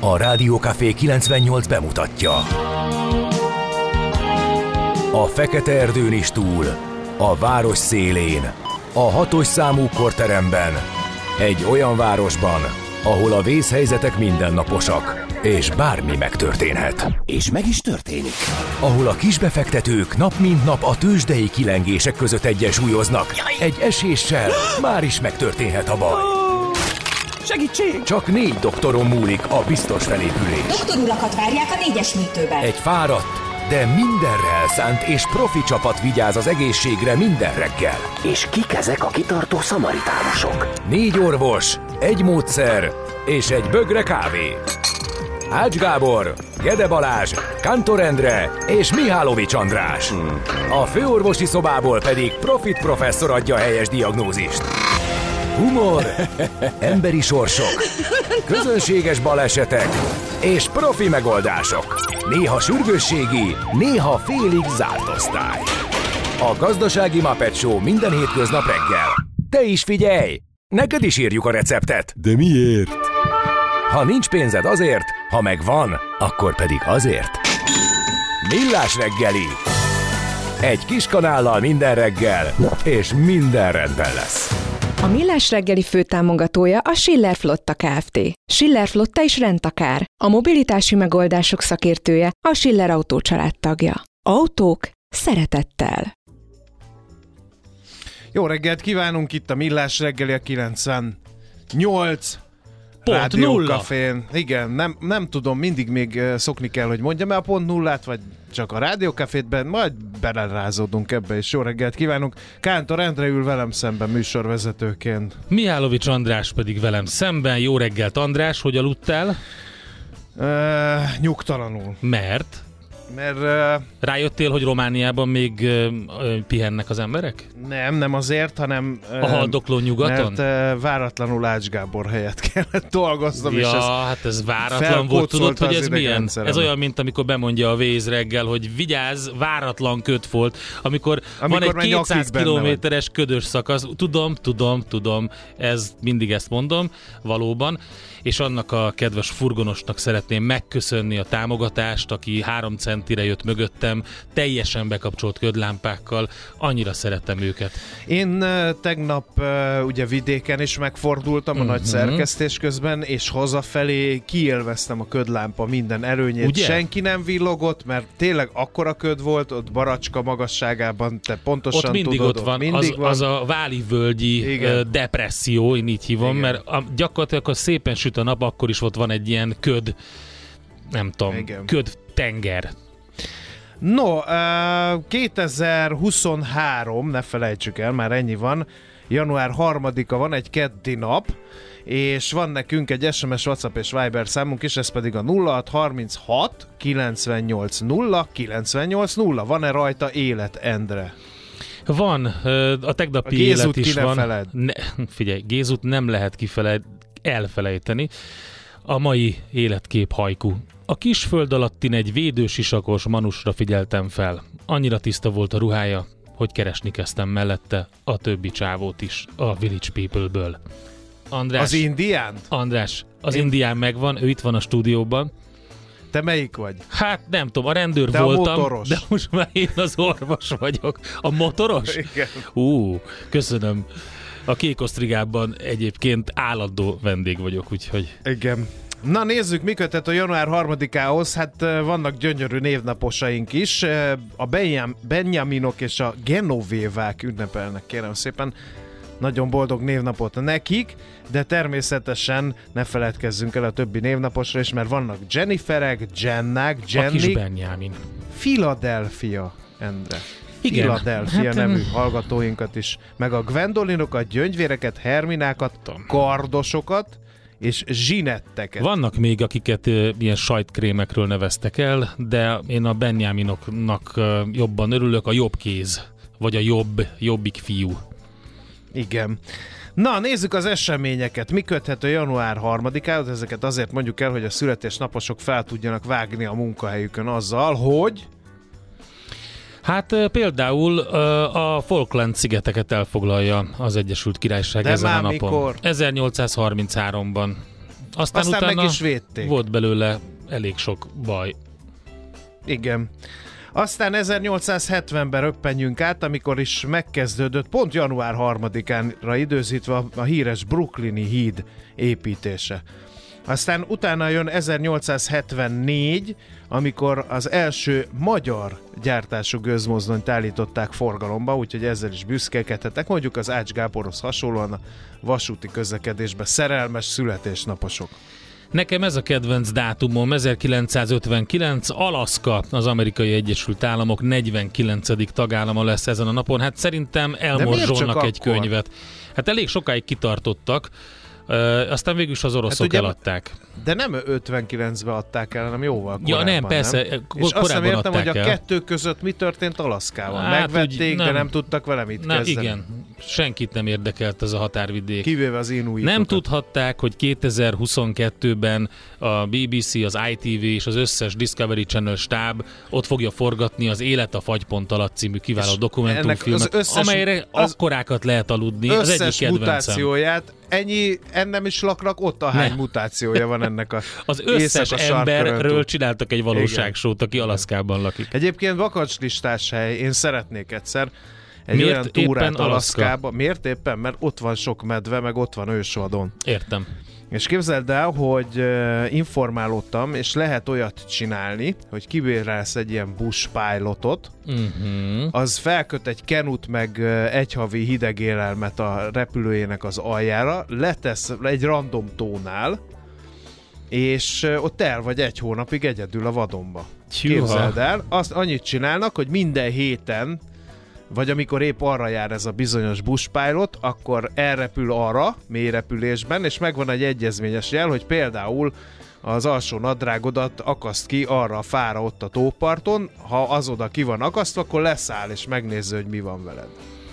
A Rádió Café 98 bemutatja. A Fekete erdőn is túl, a város szélén, a 6-os számú korteremben, egy olyan városban, ahol a vészhelyzetek mindennaposak, és bármi megtörténhet. És meg is történik. Ahol a kisbefektetők nap mint nap a tőzsdei kilengések között egyensúlyoznak. Egy eséssel már is megtörténhet a baj. Segítség! Csak 4 doktoron múlik a biztos felépülés. Doktorulakat várják a 4-es műtőben. Egy fáradt, de mindenre elszánt és profi csapat vigyáz az egészségre minden reggel. És kik ezek a kitartó szamaritánusok? 4 orvos, egy módszer és egy bögre kávé. Ács Gábor, Gede Balázs, Kántor Endre és Mihálovics András. A főorvosi szobából pedig Profit professzor adja a helyes diagnózist. Humor, emberi sorsok, közönséges balesetek és profi megoldások. Néha sürgősségi, néha félig zárt osztály. A Gazdasági Muppet Show minden hétköznap reggel. Te is figyelj! Neked is írjuk a receptet. De miért? Ha nincs pénzed azért, ha megvan, akkor pedig azért. Millás reggeli. Egy kis kanállal minden reggel, és minden rendben lesz. A Millás reggeli főtámogatója a Schiller Flotta Kft. Schiller Flotta is rendtakár. A mobilitási megoldások szakértője, a Schiller Autó család tagja. Autók szeretettel. Jó reggelt kívánunk, itt a Millás reggeli a 98 Pont Rádió nulla. Cafén. Igen, nem tudom, mindig még szokni kell, hogy mondjam el a pont nullát, vagy csak a Rádió Cafétben, majd belerázódunk ebbe, és jó reggelt kívánunk. Kántor Endre ül velem szemben műsorvezetőként. Mihálovics András pedig velem szemben. Jó reggelt, András, hogy aludtál? Nyugtalanul. Mert Mert rájöttél, hogy Romániában még pihennek az emberek? nem azért, hanem... A haldokló nyugaton? Mert váratlanul Ács Gábor helyett kellett dolgoznom, és hát ez váratlan volt, tudod, hogy ez milyen? Ez olyan, mint amikor bemondja a Waze reggel, hogy vigyázz, váratlan köd volt, amikor van egy 200 kilométeres ködös szakasz. Tudom, mindig ezt mondom, valóban, és annak a kedves furgonosnak szeretném megköszönni a támogatást, aki 3 centire jött mögöttem, teljesen bekapcsolt ködlámpákkal, annyira szeretem őket. Én tegnap ugye vidéken is megfordultam a nagy szerkesztés közben, és hazafelé kiélveztem a ködlámpa minden előnyét. Ugye? Senki nem villogott, mert tényleg akkora köd volt, ott Baracska magasságában, te pontosan ott mindig tudod. ott van, az a váli-völgyi depresszió, én így hívom, Igen. mert gyakorlatilag szépen süt a nap, akkor is ott van egy ilyen köd, nem tudom, Igen. köd tenger. No, 2023, ne felejtsük el, már ennyi van, január 3-a van, egy keddi nap, és van nekünk egy SMS, WhatsApp és Viber számunk is, ez pedig a 0636 98 0 98 0. Van-e rajta élet, Endre? Van, a tegnapi Gézut élet is ki ne van. feled. Figyelj, Gézut nem lehet elfelejteni. A mai életkép hajku. A kisföld alattin egy védősisakos manusra figyeltem fel. Annyira tiszta volt a ruhája, hogy keresni kezdtem mellette a többi csávót is a Village People-ből. András, Az indiánt? András, az indián megvan, ő itt van a stúdióban. Te melyik vagy? Hát nem tudom, a rendőr Te voltam, a motoros. de most már én az orvos vagyok. A motoros? Igen. Köszönöm. A Kékosztrigában egyébként állandó vendég vagyok, úgyhogy... Igen. Na nézzük, mi köthet a január 3-ához. Hát vannak gyönyörű névnaposaink is. A Benjaminok és a Genovévák ünnepelnek, kérem szépen. Nagyon boldog névnapot nekik, de természetesen ne feledkezzünk el a többi névnaposra is, mert vannak Jenniferek, Jennák, A kis Jennik, Benjamin. Philadelphia, Endre. Igen. Philadelphia Hát, nevű hallgatóinkat is, meg a Gwendolinokat, Gyöngyvéreket, Herminákat, Kardosokat és Zsinetteket. Vannak még, akiket ilyen sajtkrémekről neveztek el, de én a Benjaminoknak jobban örülök, a jobb kéz, vagy a jobbik fiú. Igen. Na, nézzük az eseményeket. Mi köthető január 3-ához? Ezeket azért mondjuk el, hogy a születésnaposok fel tudjanak vágni a munkahelyükön azzal, hogy... Hát például a Falkland-szigeteket elfoglalja az Egyesült Királyság De ezen már a napon. mikor? 1833-ban Aztán utána meg is védték. Volt belőle elég sok baj. Igen. Aztán 1870-ben röppenjünk át, amikor is megkezdődött, pont január 3-ánra időzítve a híres brooklyni híd építése. Aztán utána jön 1874, amikor az első magyar gyártású gőzmozdonyt állították forgalomba, úgyhogy ezzel is büszkélkedhetek. Mondjuk az Ács Gáborhoz hasonlóan a vasúti közlekedésben szerelmes születésnaposok. Nekem ez a kedvenc dátumom, 1959, Alaszka, az Amerikai Egyesült Államok 49. tagállama lesz ezen a napon. Hát szerintem elmorzsolnak egy könyvet. Hát elég sokáig kitartottak, aztán végül is az oroszok ugye, eladták. De nem 59-ben adták el, hanem jóval korábban. Ja nem, persze, nem? És azt nem értem, hogy a kettő között mi történt Alaszkával. Hát, megvették, de nem tudtak vele mit kezdeni. Igen, senkit nem érdekelt ez a határvidék. Kivéve az inuitokat. Nem tudhatták, hogy 2022-ben a BBC, az ITV és az összes Discovery Channel stáb ott fogja forgatni az Élet a fagypont alatt című kiváló dokumentumfilmet, amelyre akkorákat lehet aludni. Az egyik kedvencem. Mutációját, ennem is laknak, ott a hány mutációja van ennek az összes emberről csináltak egy valóságsót, aki Alaszkában lakik. Egyébként vakancslistás hely, én szeretnék egyszer egy olyan túrát Alaszkába. Miért éppen? Mert ott van sok medve, meg ott van ősvadon. Értem. És képzeld el, hogy informálódtam, és lehet olyat csinálni, hogy kibérelsz egy ilyen bush pilotot, az felköt egy kenut meg egy havi hideg élelmet a repülőjének az aljára, letesz egy random tónál, és ott el vagy egy hónapig egyedül a vadonba. Képzeld el, azt annyit csinálnak, hogy minden héten, vagy amikor épp arra jár ez a bizonyos bush pilot, akkor elrepül arra, mélyrepülésben, és megvan egy egyezményes jel, hogy például az alsó nadrágodat akaszt ki arra a fára ott a tóparton, ha az oda ki van akasztva, akkor leszáll, és megnézze, hogy mi van veled.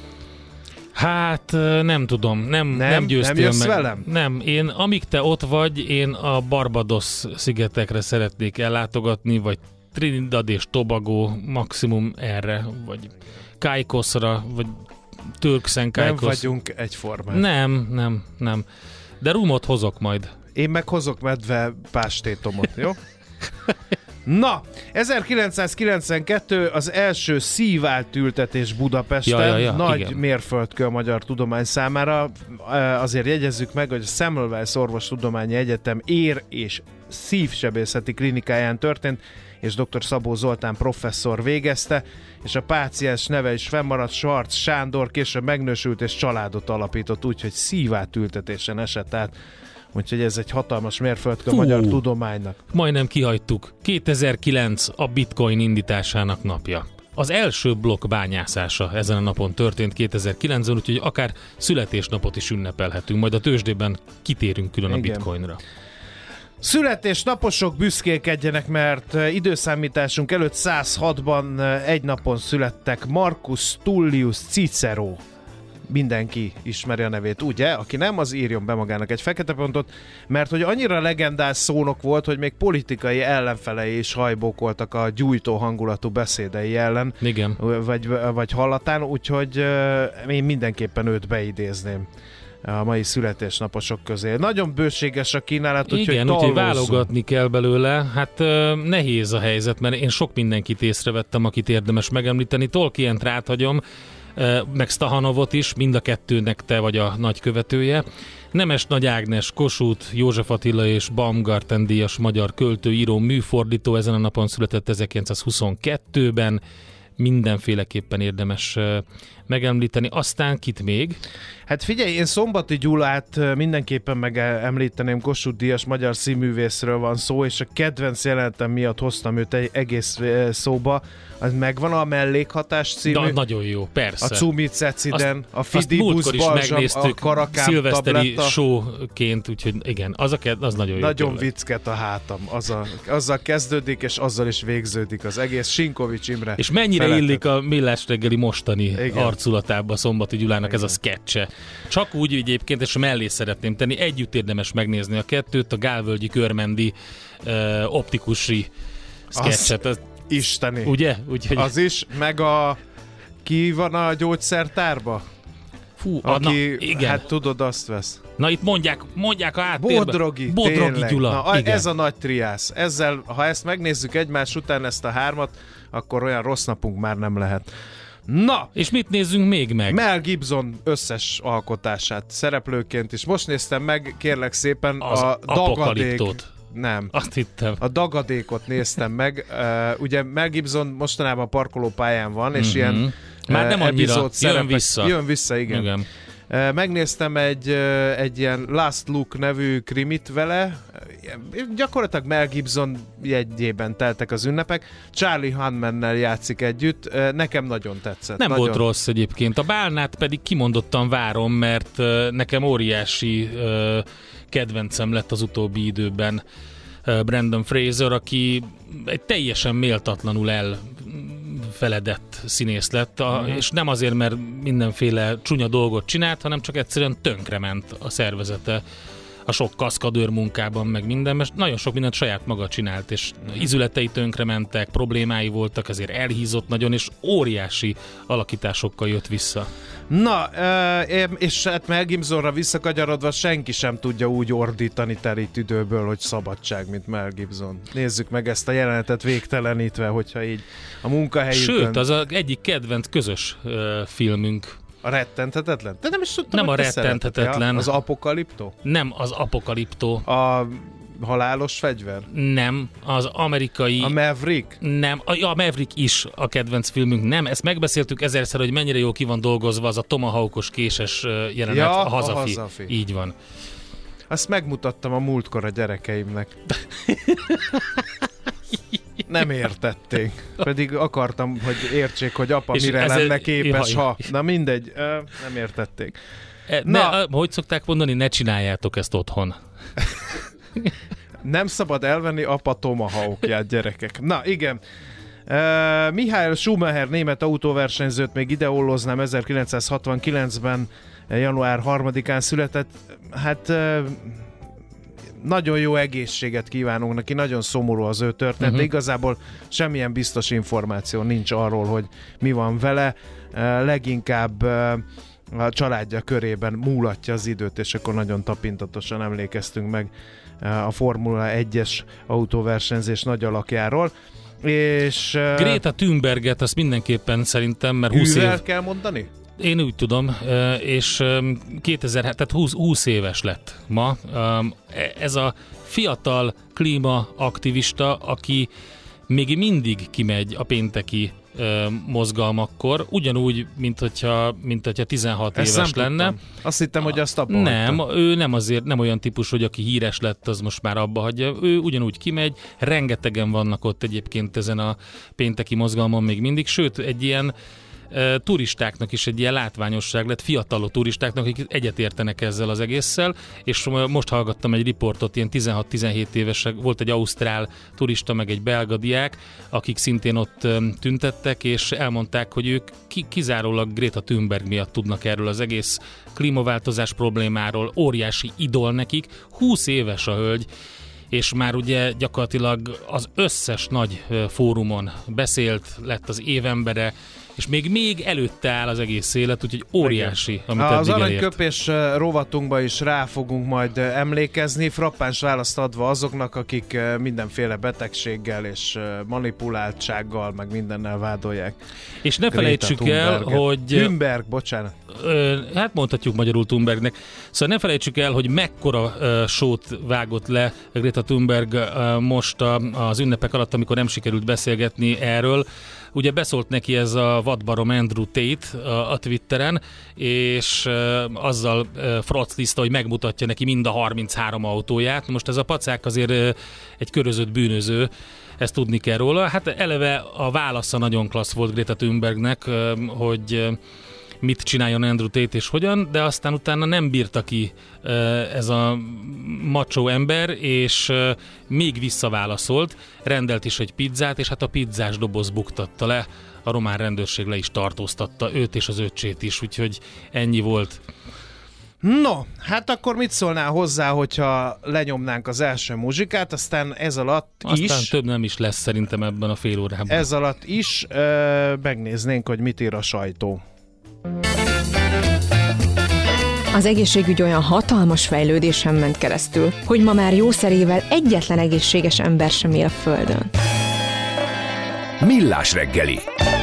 Hát nem tudom, nem győztél nem meg. Velem? Nem, én amíg te ott vagy, én a Barbados szigetekre szeretnék ellátogatni, vagy Trinidad és Tobago maximum erre, vagy Caicosra, vagy Turks and Caicos. Nem vagyunk egyformán. Nem. De rumot hozok majd. Én meg hozok medve pástétomot, jó? Na, 1992 az első szívált ültetés Budapesten, nagy igen. mérföldkő a magyar tudomány számára. Azért jegyezzük meg, hogy a Semmelweis Orvostudományi Egyetem ér- és szívsebészeti klinikáján történt, és dr. Szabó Zoltán professzor végezte, és a páciens neve is fennmaradt, Schwarz Sándor, később megnősült és családot alapított, úgyhogy szívátültetésen esett át. Úgyhogy ez egy hatalmas mérföldkő a magyar tudománynak. Majdnem kihagytuk. 2009 a bitcoin indításának napja. Az első blokk bányászása ezen a napon történt 2009-ben, úgyhogy akár születésnapot is ünnepelhetünk. Majd a tőzsdében kitérünk külön a bitcoinra. Születésnaposok büszkélkedjenek, mert időszámításunk előtt 106-ban egy napon születtek Marcus Tullius Cicero. Mindenki ismeri a nevét, ugye? Aki nem, az írjon be magának egy fekete pontot, mert hogy annyira legendás szónok volt, hogy még politikai ellenfelei is hajbókoltak a gyújtó hangulatú beszédei ellen. Igen. Vagy hallatán, úgyhogy én mindenképpen őt beidézném a mai születésnaposok közé. Nagyon bőséges a kínálat, úgyhogy válogatni kell belőle. Hát nehéz a helyzet, mert én sok mindenkit észrevettem, akit érdemes megemlíteni. Tolkient ráthagyom, meg Stahanovot is, mind a kettőnek te vagy a nagy követője. Nemes Nagy Ágnes, Kossuth, József Attila és Baumgarten díjas magyar költő, író, műfordító ezen a napon született 1922-ben. Mindenféleképpen érdemes megemlíteni. Aztán kit még? Hát figyelj, én Szombati Gyulát mindenképpen megemlíteném, Kossuth díjas magyar színművészről van szó, és a kedvenc jelenetem miatt hoztam őt egy egész szóba. Az megvan a Mellékhatás című. Nagyon jó, persze. A Cumit Ceciden, a Fidibus Balzsam, a Karakám szilveszteri showként, úgyhogy igen, az nagyon jó. Nagyon viccket a hátam. Azzal kezdődik, és azzal is végződik az egész. Sinkovics Imre. És mennyire illik a Millás reggeli mostani arculatába Szombati Gyulának ez a sketche. Csak úgy egyébként, és mellé szeretném tenni, együtt érdemes megnézni a kettőt, a Gálvölgyi Körmendi optikusi sketchet. Isteni. Ugye? Úgyhogy... Az is, meg ki van a gyógyszertárba? Fú, aki, igen. Hát tudod, azt vesz. Na itt mondják a háttérben. Bodrogi Gyula. Na, ez a nagy triász. Ezzel, ha ezt megnézzük egymás után, ezt a hármat, akkor olyan rossz napunk már nem lehet. Na! És mit nézzünk még meg? Mel Gibson összes alkotását szereplőként is. Most néztem meg, kérlek szépen, az a Apokaliptót. Nem. Azt hittem. A Dagadékot néztem meg. Ugye Mel Gibson mostanában parkolópályán van, és ilyen már nem annyira, jön vissza, igen. Megnéztem egy ilyen Last Look nevű krimit vele, gyakorlatilag Mel Gibson jegyében teltek az ünnepek, Charlie Hunnam-nel játszik együtt, nekem nagyon tetszett. Nem volt rossz egyébként, a bálnát pedig kimondottan várom, mert nekem óriási kedvencem lett az utóbbi időben Brendan Fraser, aki egy teljesen méltatlanul elfeledett színész lett, és nem azért, mert mindenféle csúnya dolgot csinált, hanem csak egyszerűen tönkrement a szervezete a sok kaszkadőr munkában, meg minden, mert nagyon sok mindent saját maga csinált, és izületei tönkrementek, problémái voltak, ezért elhízott nagyon, és óriási alakításokkal jött vissza. Na, és hát Mel Gibsonra visszakagyarodva senki sem tudja úgy ordítani terít időből, hogy szabadság, mint Mel Gibson. Nézzük meg ezt a jelenetet végtelenítve, hogyha így a munkahelyükön... Sőt, az egyik kedvenc közös filmünk. A rettenthetetlen? De nem is tudtam, nem a rettenthetetlen. Az Apokaliptó? Nem az Apokaliptó. A halálos fegyver? Nem, az amerikai... A Maverick? Nem, a Maverick is a kedvenc filmünk. Nem, ezt megbeszéltük ezerszer, hogy mennyire jó ki van dolgozva az a tomahawkos késes jelenet, ja, a hazafi. Így van. Azt megmutattam a múltkor a gyerekeimnek. Nem értették. Pedig akartam, hogy értsék, hogy apa és mire lenne képes, ha... Na mindegy, nem értették. Hogy szokták mondani, ne csináljátok ezt otthon. Nem szabad elvenni apa tomahawkját, gyerekek. Na igen. Michael Schumacher, német autóversenyzőt még ideolloznám, 1969-ben január 3-án született. Hát... nagyon jó egészséget kívánunk neki, nagyon szomorú az ő történet, de igazából semmilyen biztos információ nincs arról, hogy mi van vele, leginkább a családja körében múlatja az időt, és akkor nagyon tapintatosan emlékeztünk meg a Formula 1-es autóversenyzés nagy alakjáról. És Greta Thunberget azt mindenképpen szerintem, mert 20 év... kell mondani? Én úgy tudom, és tehát 20 éves lett ma. Ez a fiatal klímaaktivista, aki még mindig kimegy a pénteki mozgalmakkor, ugyanúgy, mint hogyha 16 ezt éves lenne. Tudtam. Azt hittem, hogy azt abba Nem, hagyta. ő nem azért, nem olyan típus, hogy aki híres lett, az most már abba hagyja. Ő ugyanúgy kimegy, rengetegen vannak ott egyébként ezen a pénteki mozgalmon még mindig, sőt, egy ilyen turistáknak is egy ilyen látványosság lett, fiatalok turistáknak, akik egyetértenek ezzel az egésszel, és most hallgattam egy riportot, ilyen 16-17 évesek, volt egy ausztrál turista, meg egy belga diák, akik szintén ott tüntettek, és elmondták, hogy ők kizárólag Greta Thunberg miatt tudnak erről az egész klímaváltozás problémáról, óriási idol nekik, 20 éves a hölgy, és már ugye gyakorlatilag az összes nagy fórumon beszélt, lett az évembere, és még előtte áll az egész élet, úgyhogy óriási, amit az eddig elért. aranyköpés rovatunkba is rá fogunk majd emlékezni, frappáns választ adva azoknak, akik mindenféle betegséggel és manipuláltsággal, meg mindennel vádolják. És ne felejtsük el, hogy... Thunberg, bocsánat. Hát mondhatjuk magyarul Thunbergnek. Szóval ne felejtsük el, hogy mekkora sót vágott le Greta Thunberg most az ünnepek alatt, amikor nem sikerült beszélgetni erről. Ugye beszólt neki ez a vadbarom Andrew Tate a Twitteren, és azzal froclizta, hogy megmutatja neki mind a 33 autóját. Most ez a pacák azért egy körözött bűnöző, ezt tudni kell róla. Hát eleve a válasza nagyon klassz volt Greta Thunbergnek, hogy mit csináljon Andrew Tate és hogyan, de aztán utána nem bírta ki ez a macsó ember, és még visszaválaszolt, rendelt is egy pizzát, és hát a pizzás doboz buktatta le, a román rendőrség le is tartóztatta őt és az öccsét is, úgyhogy ennyi volt. No, hát akkor mit szólnál hozzá, hogyha lenyomnánk az első muzsikát, aztán ez alatt aztán több nem is lesz szerintem ebben a fél órában. Ez alatt is megnéznénk, hogy mit ír a sajtó. Az egészségügy olyan hatalmas fejlődésen ment keresztül, hogy ma már jószerével egyetlen egészséges ember sem él a Földön. Millás reggeli.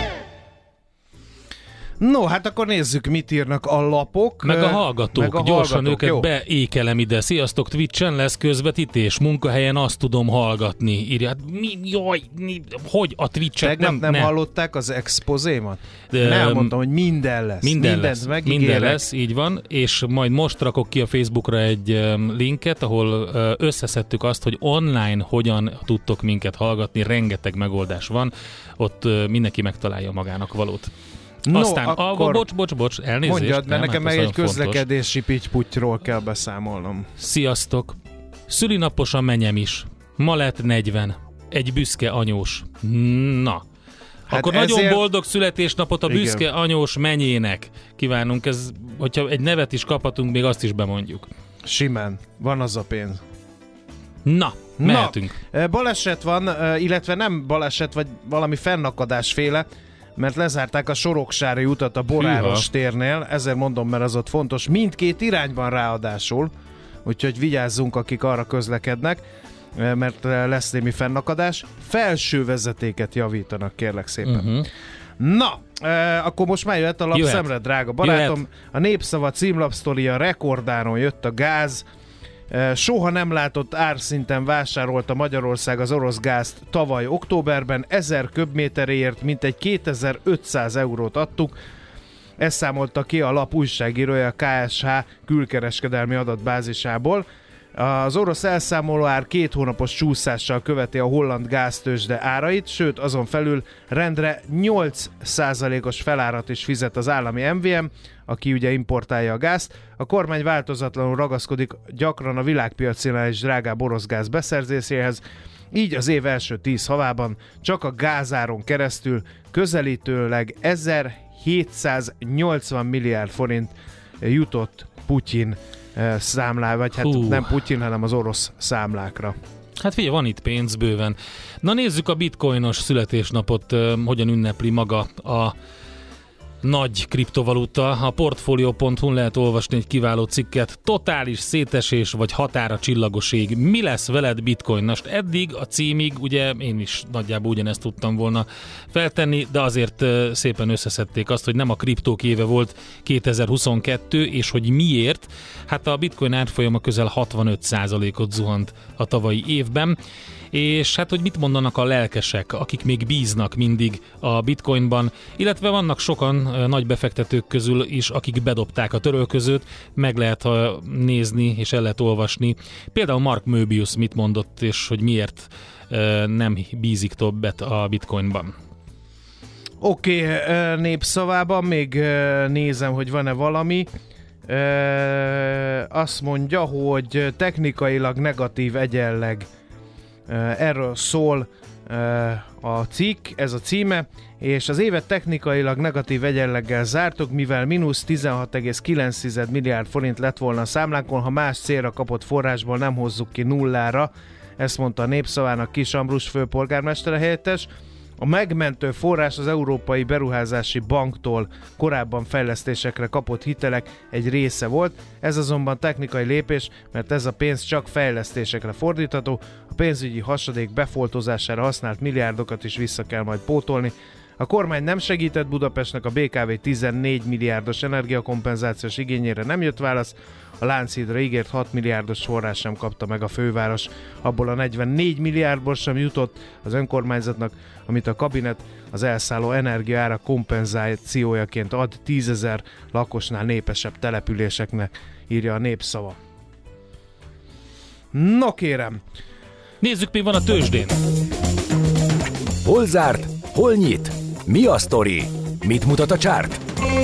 No, hát akkor nézzük, mit írnak a lapok. Meg a hallgatók. Gyorsan őket beékelem ide. Sziasztok, Twitchen lesz közvetítés. Munkahelyen azt tudom hallgatni. Írja, hogy a Twitchen? Nem hallották az expozémat? Nem mondtam, hogy minden lesz. Minden lesz, így van. És majd most rakok ki a Facebookra egy linket, ahol összeszedtük azt, hogy online hogyan tudtok minket hallgatni. Rengeteg megoldás van. Ott mindenki megtalálja magának valót. No, aztán, akkor bocs, elnézést. Mondjad, mert nekem meg egy közlekedési pitty-putyról kell beszámolnom. Sziasztok! Szülinapos a menyem is. Ma lett 40. Egy büszke anyós. Na. Hát akkor nagyon boldog születésnapot a büszke anyós menyének kívánunk. Ez, hogyha egy nevet is kaphatunk, még azt is bemondjuk. Simán. Van az a pénz. Na, mehetünk. Baleset van, illetve nem baleset, vagy valami fennakadásféle, mert lezárták a Soroksári utat a Boráros térnél, ezért mondom, mert az ott fontos, mindkét irányban ráadásul, úgyhogy vigyázzunk, akik arra közlekednek, mert lesz némi fennakadás. Felső vezetéket javítanak, kérlek szépen. Na, akkor most már jöhet a lapszemre, drága barátom. A Népszava címlapsztoria rekordáron jött a gáz. Soha nem látott árszinten vásárolta Magyarország az orosz gázt tavaly októberben, 1000 köbméteréért mintegy 2500 eurót adtuk. Ezt számolta ki a lap újságírója a KSH külkereskedelmi adatbázisából. Az orosz elszámolóár 2 hónapos csúszással követi a holland gáztőzsde árait, sőt azon felül rendre 8%-os felárat is fizet az állami MVM, aki ugye importálja a gázt. A kormány változatlanul ragaszkodik gyakran a világpiacénál is drágább orosz gáz beszerzéséhez, így az év első 10 havában csak a gázáron keresztül közelítőleg 1780 milliárd forint jutott Putyin számlá, vagy hát nem Putyin, hanem az orosz számlákra. Hát figyelj, van itt pénz bőven. Na nézzük a bitcoinos születésnapot, hogyan ünnepli maga a nagy kriptovaluta. A Portfolio.hu lehet olvasni egy kiváló cikket. Totális szétesés vagy határa csillagos ég. Mi lesz veled bitcoin? Most eddig a címig, ugye én is nagyjából ugyanezt tudtam volna feltenni, de azért szépen összeszedték azt, hogy nem a kriptók éve volt 2022, és hogy miért. Hát a bitcoin árfolyama közel 65%-ot zuhant a tavalyi évben. És hát, hogy mit mondanak a lelkesek, akik még bíznak mindig a bitcoinban, illetve vannak sokan nagy befektetők közül is, akik bedobták a törölközőt, meg lehet nézni és el lehet olvasni. Például Mark Möbius mit mondott, és hogy miért nem bízik többet a bitcoinban. Oké, Népszavában még nézem, hogy van-e valami. Azt mondja, hogy technikailag negatív egyenleg. Erről szól a cikk, ez a címe, és az évet technikailag negatív egyenleggel zártuk, mivel mínusz 16,9 milliárd forint lett volna a számlánkon, ha más célra kapott forrásból nem hozzuk ki nullára, ezt mondta a Népszavának Kis Ambrus főpolgármestere helyettes. A megmentő forrás az Európai Beruházási Banktól korábban fejlesztésekre kapott hitelek egy része volt, ez azonban technikai lépés, mert ez a pénz csak fejlesztésekre fordítható, a pénzügyi hasadék befoltozására használt milliárdokat is vissza kell majd pótolni. A kormány nem segített Budapestnek, a BKV 14 milliárdos energiakompenzációs igényére nem jött válasz, a Lánchídra ígért 6 milliárdos forrás sem kapta meg a főváros, abból a 44 milliárdból sem jutott az önkormányzatnak, amit a kabinet az elszálló energiaára kompenzációjaként ad 10 000 lakosnál népesebb településeknek, írja a Népszava. No kérem! Nézzük, mi van a tőzsdén. Hol zárt? Hol nyit? Mi a sztori? Mit mutat a csárt?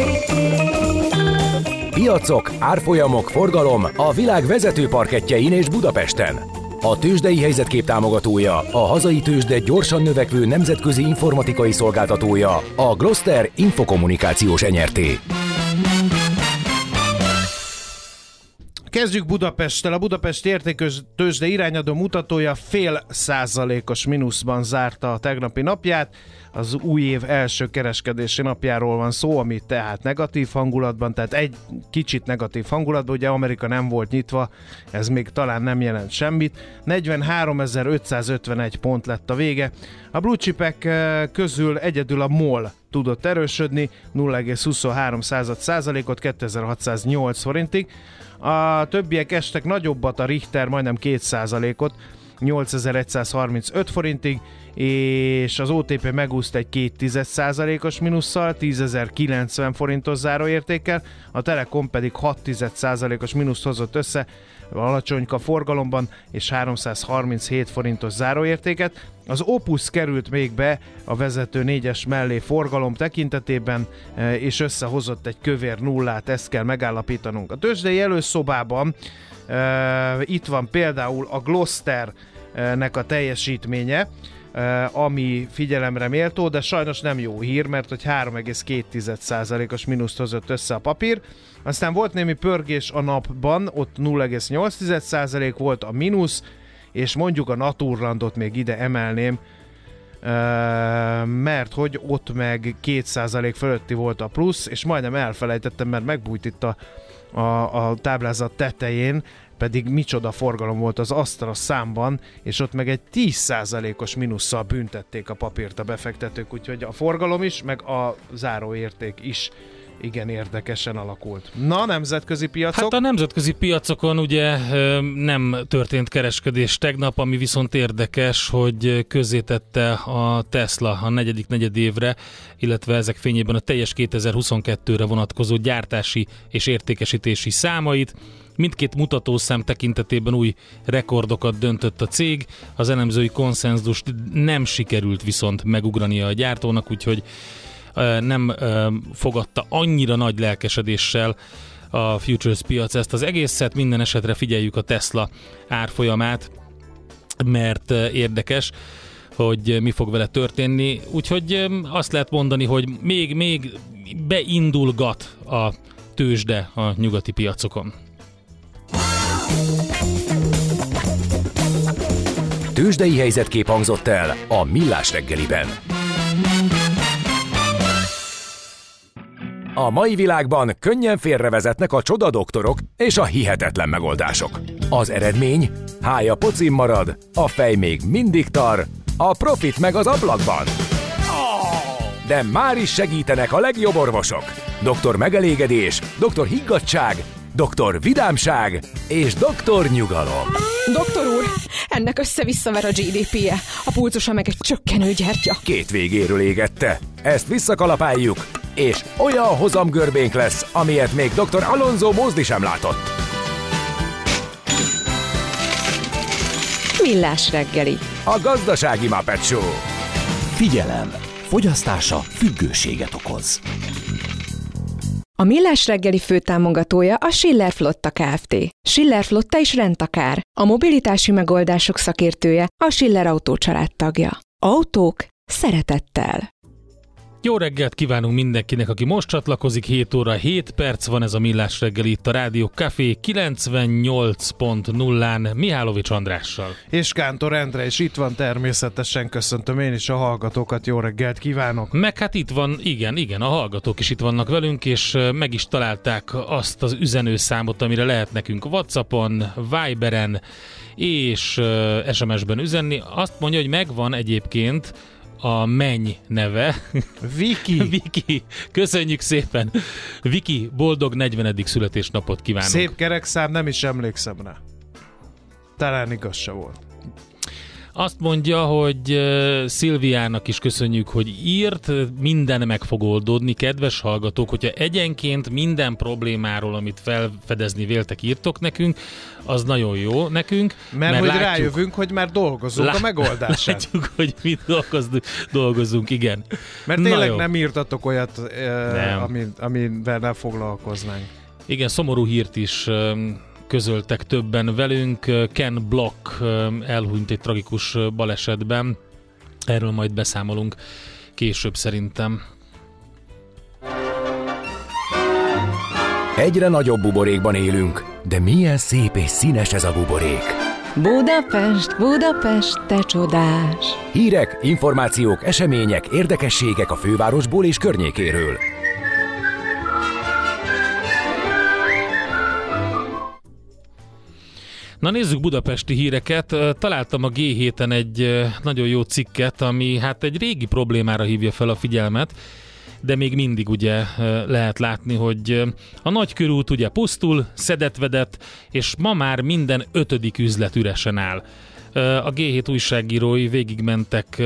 Piacok, árfolyamok, forgalom a világ vezető parkettjein és Budapesten. A tőzsdei helyzetkép támogatója, a hazai tőzsde gyorsan növekvő nemzetközi informatikai szolgáltatója, a Gloster Infokommunikációs Nyrt. Kezdjük Budapesttel. A Budapesti Értéktőzsde irányadó mutatója 0,5%-os mínuszban zárta a tegnapi napját. Az új év első kereskedési napjáról van szó, ami tehát negatív hangulatban, tehát egy kicsit negatív hangulatban, ugye Amerika nem volt nyitva, ez még talán nem jelent semmit. 43.551 pont lett a vége. A blue chipek közül egyedül a MOL tudott erősödni, 0,23%-ot 2608 forintig. A többiek estek nagyobbat, a Richter majdnem 2%-ot, 8135 forintig, és az OTP megúszta egy 0,2%-os mínusszal, 10.090 forintos záróértékkel, a Telekom pedig 0,6%-os mínuszt hozott össze, alacsonyka forgalomban, és 337 forintos záróértéket. Az Opus került még be a vezető 4-es mellé forgalom tekintetében, és összehozott egy kövér nullát, ezt kell megállapítanunk. A tőzsdei előszobában itt van például a Glosternek a teljesítménye, ami figyelemre méltó, de sajnos nem jó hír, mert hogy 3,2%-os mínuszt hozott össze a papír. Aztán volt némi pörgés a napban, ott 0,8% volt a mínusz, és mondjuk a Naturlandot még ide emelném, mert hogy ott meg 2% fölötti volt a plusz, és majdnem elfelejtettem, mert megbújt itt a táblázat tetején, pedig micsoda forgalom volt az Astra számban, és ott meg egy 10%-os mínusszal büntették a papírt a befektetők, úgyhogy a forgalom is, meg a záróérték is igen érdekesen alakult. Na, nemzetközi piacok? Hát a nemzetközi piacokon ugye nem történt kereskedés tegnap, ami viszont érdekes, hogy közzétette a Tesla a negyedik negyedévre, illetve ezek fényében a teljes 2022-re vonatkozó gyártási és értékesítési számait. Mindkét mutatószám tekintetében új rekordokat döntött a cég, az elemzői konszenzust nem sikerült viszont megugrania a gyártónak, úgyhogy nem fogadta annyira nagy lelkesedéssel a futures piac ezt az egészet. Minden esetre figyeljük a Tesla árfolyamát, mert érdekes, hogy mi fog vele történni. Úgyhogy azt lehet mondani, hogy még beindulgat a tőzsde a nyugati piacokon. Tőzsdei helyzetkép hangzott el a Millás reggeliben. A mai világban könnyen félrevezetnek a csodadoktorok és a hihetetlen megoldások. Az eredmény? Hája pocim marad, a fej még mindig tar, a profit meg az ablakban. De már is segítenek a legjobb orvosok. Doktor megelégedés, doktor higgadtság, doktor vidámság és doktor nyugalom. Doktor úr, ennek össze-visszaver a GDP-je, a pulzusa meg egy csökkenő gyertya. Két végéről égette. Ezt visszakalapáljuk, és olyan hozamgörbénk lesz, amilyet még dr. Alonso Mózdi sem látott. Millás reggeli. A gazdasági Muppet Show. Figyelem! Fogyasztása függőséget okoz. A Millás reggeli főtámogatója a Schiller Flotta Kft. Schiller Flotta is rendtakár. A mobilitási megoldások szakértője, a Schiller Autó családtagja. Autók szeretettel. Jó reggelt kívánunk mindenkinek, aki most csatlakozik, 7 óra 7 perc van ez a Millás reggeli itt a Rádió Café 98.0-án Mihálovics Andrással. És Kántor Endre, és itt van természetesen, köszöntöm én is a hallgatókat, jó reggelt kívánok! Meg hát itt van, igen, a hallgatók is itt vannak velünk, és meg is találták azt az üzenőszámot, amire lehet nekünk WhatsAppon, Viberen és SMS-ben üzenni. Azt mondja, hogy megvan egyébként a menny neve. Viki. Viki. Köszönjük szépen. Viki, boldog 40. születésnapot kívánunk. Szép kerekszám, nem is emlékszem rá. Talán igaz se volt. Azt mondja, hogy Szilviának is köszönjük, hogy írt, minden meg fog oldódni, kedves hallgatók, hogyha egyenként minden problémáról, amit felfedezni véltek, írtok nekünk, az nagyon jó nekünk. Mert hogy látjuk, rájövünk, hogy már dolgozunk a megoldásán. Látjuk, hogy mit dolgozunk, igen. Mert tényleg nem írtatok olyat, amivel nem foglalkoznánk. Igen, szomorú hírt is közöltek többen velünk. Ken Block elhunyt egy tragikus balesetben. Erről majd beszámolunk később szerintem. Egyre nagyobb buborékban élünk, de milyen szép és színes ez a buborék. Budapest, Budapest, te csodás! Hírek, információk, események, érdekességek a fővárosból és környékéről. Na nézzük budapesti híreket. Találtam a G7-en egy nagyon jó cikket, ami hát egy régi problémára hívja fel a figyelmet, de még mindig ugye lehet látni, hogy a Nagykörút ugye pusztul, szedett-vedett, és ma már minden 5. üzlet üresen áll. A G7 újságírói végigmentek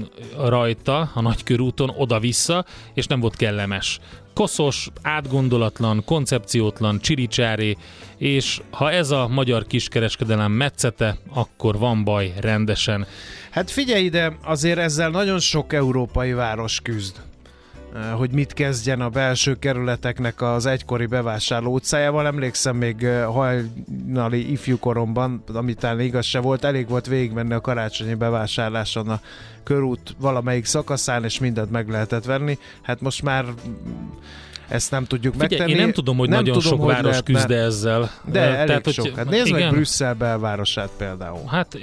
rajta a Nagykörúton oda-vissza, és nem volt kellemes. Koszos, átgondolatlan, koncepciótlan, csiricsári, és ha ez a magyar kiskereskedelem metszete, akkor van baj rendesen. Hát figyelj ide, azért ezzel nagyon sok európai város küzd, hogy mit kezdjen a belső kerületeknek az egykori bevásárló utcájával. Emlékszem még hajnali ifjúkoromban, amit talán igaz se volt, elég volt végigmenni a karácsonyi bevásárláson a körút valamelyik szakaszán, és mindent meg lehetett venni. Hát most már ezt nem tudjuk megtenni. Én nem tudom, hogy nem nagyon sok város küzd ezzel. De elég sok. Hát nézd meg Brüsszel belvárosát például. Hát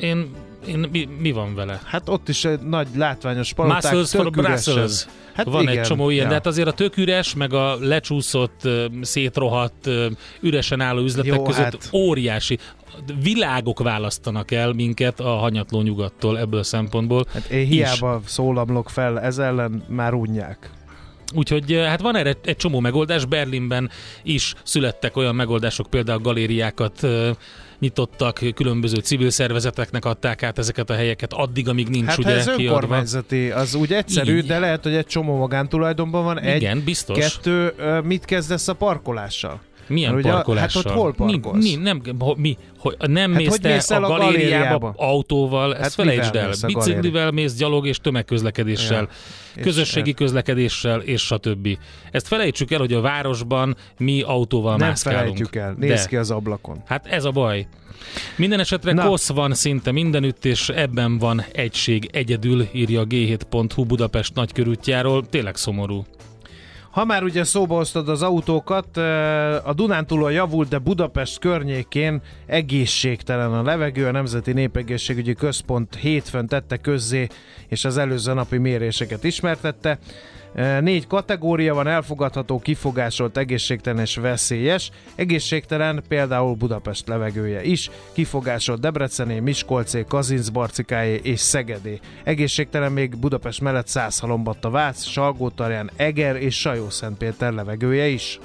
mi van vele? Hát ott is egy nagy látványos paloták, Muscles for Brussels. Hát van igen, egy csomó ilyen, de hát azért a tök üres, meg a lecsúszott, szétrohadt, üresen álló üzletek között óriási világok választanak el minket a hanyatló nyugattól ebből a szempontból. Hát én hiába szólamlok fel, ez ellen már unják. Úgyhogy hát van erre egy csomó megoldás. Berlinben is születtek olyan megoldások, például galériákat nyitottak, különböző civil szervezeteknek adták át ezeket a helyeket, addig, amíg nincs hát ugye ez önkormányzati, az úgy egyszerű, de lehet, hogy egy csomó magántulajdonban van. Igen, biztos. 2, mit kezdesz a parkolással? Milyen parkolással? Hát ott hol parkolsz? Nem mész te a galériába autóval, ezt felejtsd el. Biciklivel mész, gyalog és tömegközlekedéssel, közösségi közlekedéssel, és stb. Ezt felejtsük el, hogy a városban mi autóval mászkálunk. Nem felejtjük el, nézz ki az ablakon. Hát ez a baj. Minden esetre kosz van szinte mindenütt, és ebben van egység egyedül, írja a G7.hu Budapest nagykörútjáról. Tényleg szomorú. Ha már ugye szóba hoztad az autókat, a Dunántúlon javult, de Budapest környékén egészségtelen a levegő. A Nemzeti Népegészségügyi Központ hétfőn tette közzé, és az előző napi méréseket ismertette. 4 kategória van: elfogadható, kifogásolt, egészségtelen és veszélyes. Egészségtelen például Budapest levegője is, kifogásolt Debrecené, Miskolcé, Kazincbarcikáé és Szegedé. Egészségtelen még Budapest mellett Szászhalombatta, Vác, Salgótarján, Eger és Sajó-Szentpéter levegője is.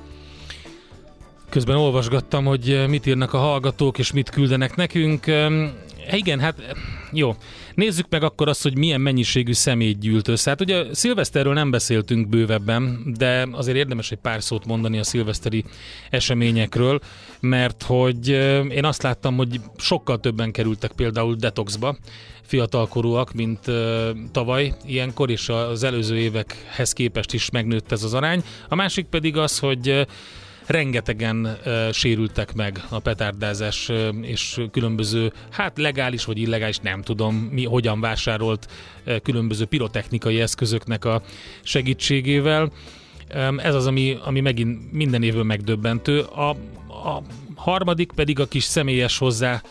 Közben olvasgattam, hogy mit írnak a hallgatók és mit küldenek nekünk. Igen, hát jó. Nézzük meg akkor azt, hogy milyen mennyiségű személyt gyűlt össze. Hát ugye szilveszterről nem beszéltünk bővebben, de azért érdemes egy pár szót mondani a szilveszteri eseményekről, mert hogy én azt láttam, hogy sokkal többen kerültek például detoxba, fiatalkorúak, mint tavaly ilyenkor, és az előző évekhez képest is megnőtt ez az arány. A másik pedig az, hogy rengetegen sérültek meg a petárdázás és különböző, hát legális vagy illegális, nem tudom hogyan vásárolt különböző pirotechnikai eszközöknek a segítségével. Ez az, ami megint minden évben megdöbbentő. A harmadik pedig a kis személyes hozzá